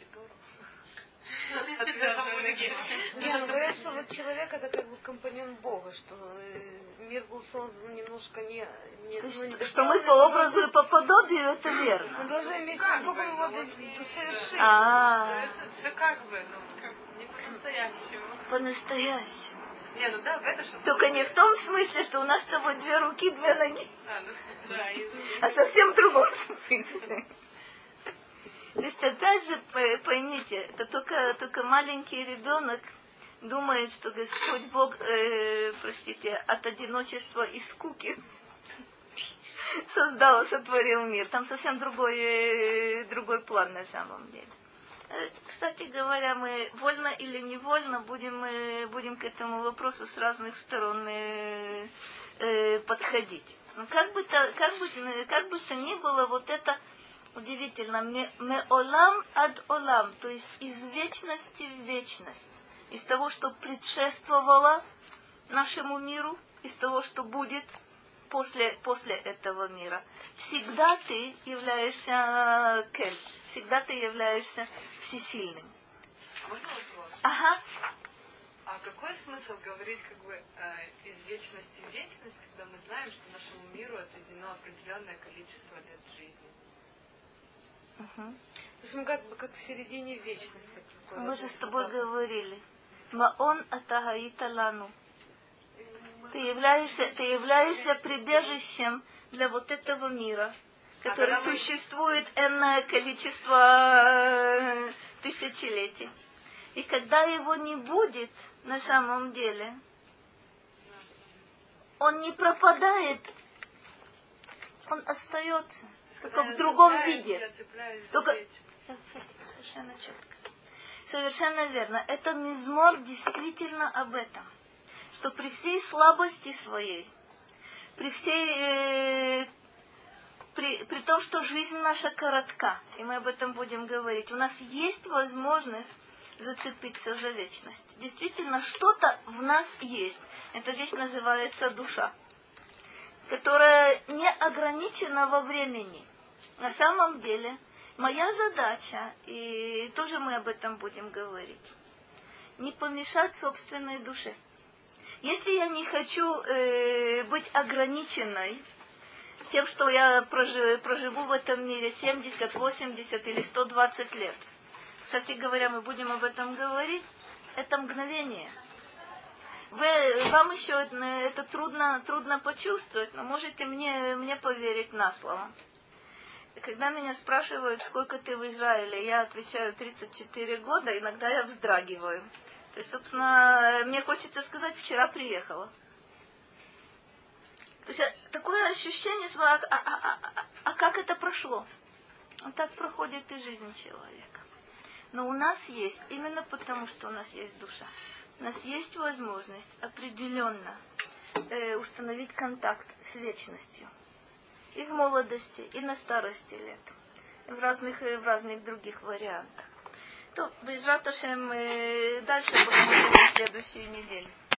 Не, ну говорят, что вот человек это как бы компаньон Бога, что мир был создан немножко не... не, ну, не что мы по образу и по подобию, это верно. Мы должны вместе с Богом его совершить. А, да как бы, ну, не по-настоящему. По-настоящему. Не, ну да, в это что. Только не в том смысле, что у нас с тобой две руки, две ноги. А, ну, да, а совсем в другом смысле. То есть, опять же, поймите, это только, только маленький ребенок думает, что Господь Бог, э, простите, от одиночества и скуки создал, сотворил мир. Там совсем другой, э, другой план на самом деле. Э, кстати говоря, мы вольно или невольно будем, э, будем к этому вопросу с разных сторон э, э, подходить. Но как бы то, как бы, как бы то ни было, вот это удивительно, меолам ад олам, то есть из вечности в вечность, из того, что предшествовало нашему миру, из того, что будет после, после этого мира. Всегда ты являешься кель, всегда ты являешься всесильным. Можно вопрос? Ага. А какой смысл говорить как бы из вечности в вечность, когда мы знаем, что нашему миру отведено определенное количество лет жизни? Угу. То есть мы как бы как в середине вечности. Мы же с тобой говорили. Маон атагаита лану. Ты являешься, ты являешься прибежищем для вот этого мира, который а существует энное количество тысячелетий. И когда его не будет на самом деле, он не пропадает, он остается, только в другом виде. Только... Совершенно четко. Совершенно верно. Это мизмор действительно об этом. Что при всей слабости своей, при всей... Э, при, при том, что жизнь наша коротка, и мы об этом будем говорить, у нас есть возможность зацепиться за вечность. Действительно, что-то в нас есть. Эта вещь называется душа, которая не ограничена во времени. На самом деле, моя задача, и тоже мы об этом будем говорить, не помешать собственной душе. Если я не хочу э, быть ограниченной тем, что я проживу, проживу в этом мире семьдесят, восемьдесят или сто двадцать лет. Кстати говоря, мы будем об этом говорить. Это мгновение. Вы, вам еще это трудно, трудно почувствовать, но можете мне, мне поверить на слово. Когда меня спрашивают, сколько ты в Израиле, я отвечаю тридцать четыре года, иногда я вздрагиваю. То есть, собственно, мне хочется сказать, вчера приехала. То есть такое ощущение, а, а, а, а, а как это прошло? Вот так проходит и жизнь человека. Но у нас есть, именно потому, что у нас есть душа, у нас есть возможность определенно э, установить контакт с вечностью. И в молодости, и на старости лет. И в разных, и в разных других вариантах. То, Бейзрат Ашем, э, дальше будем говорить в следующей неделе.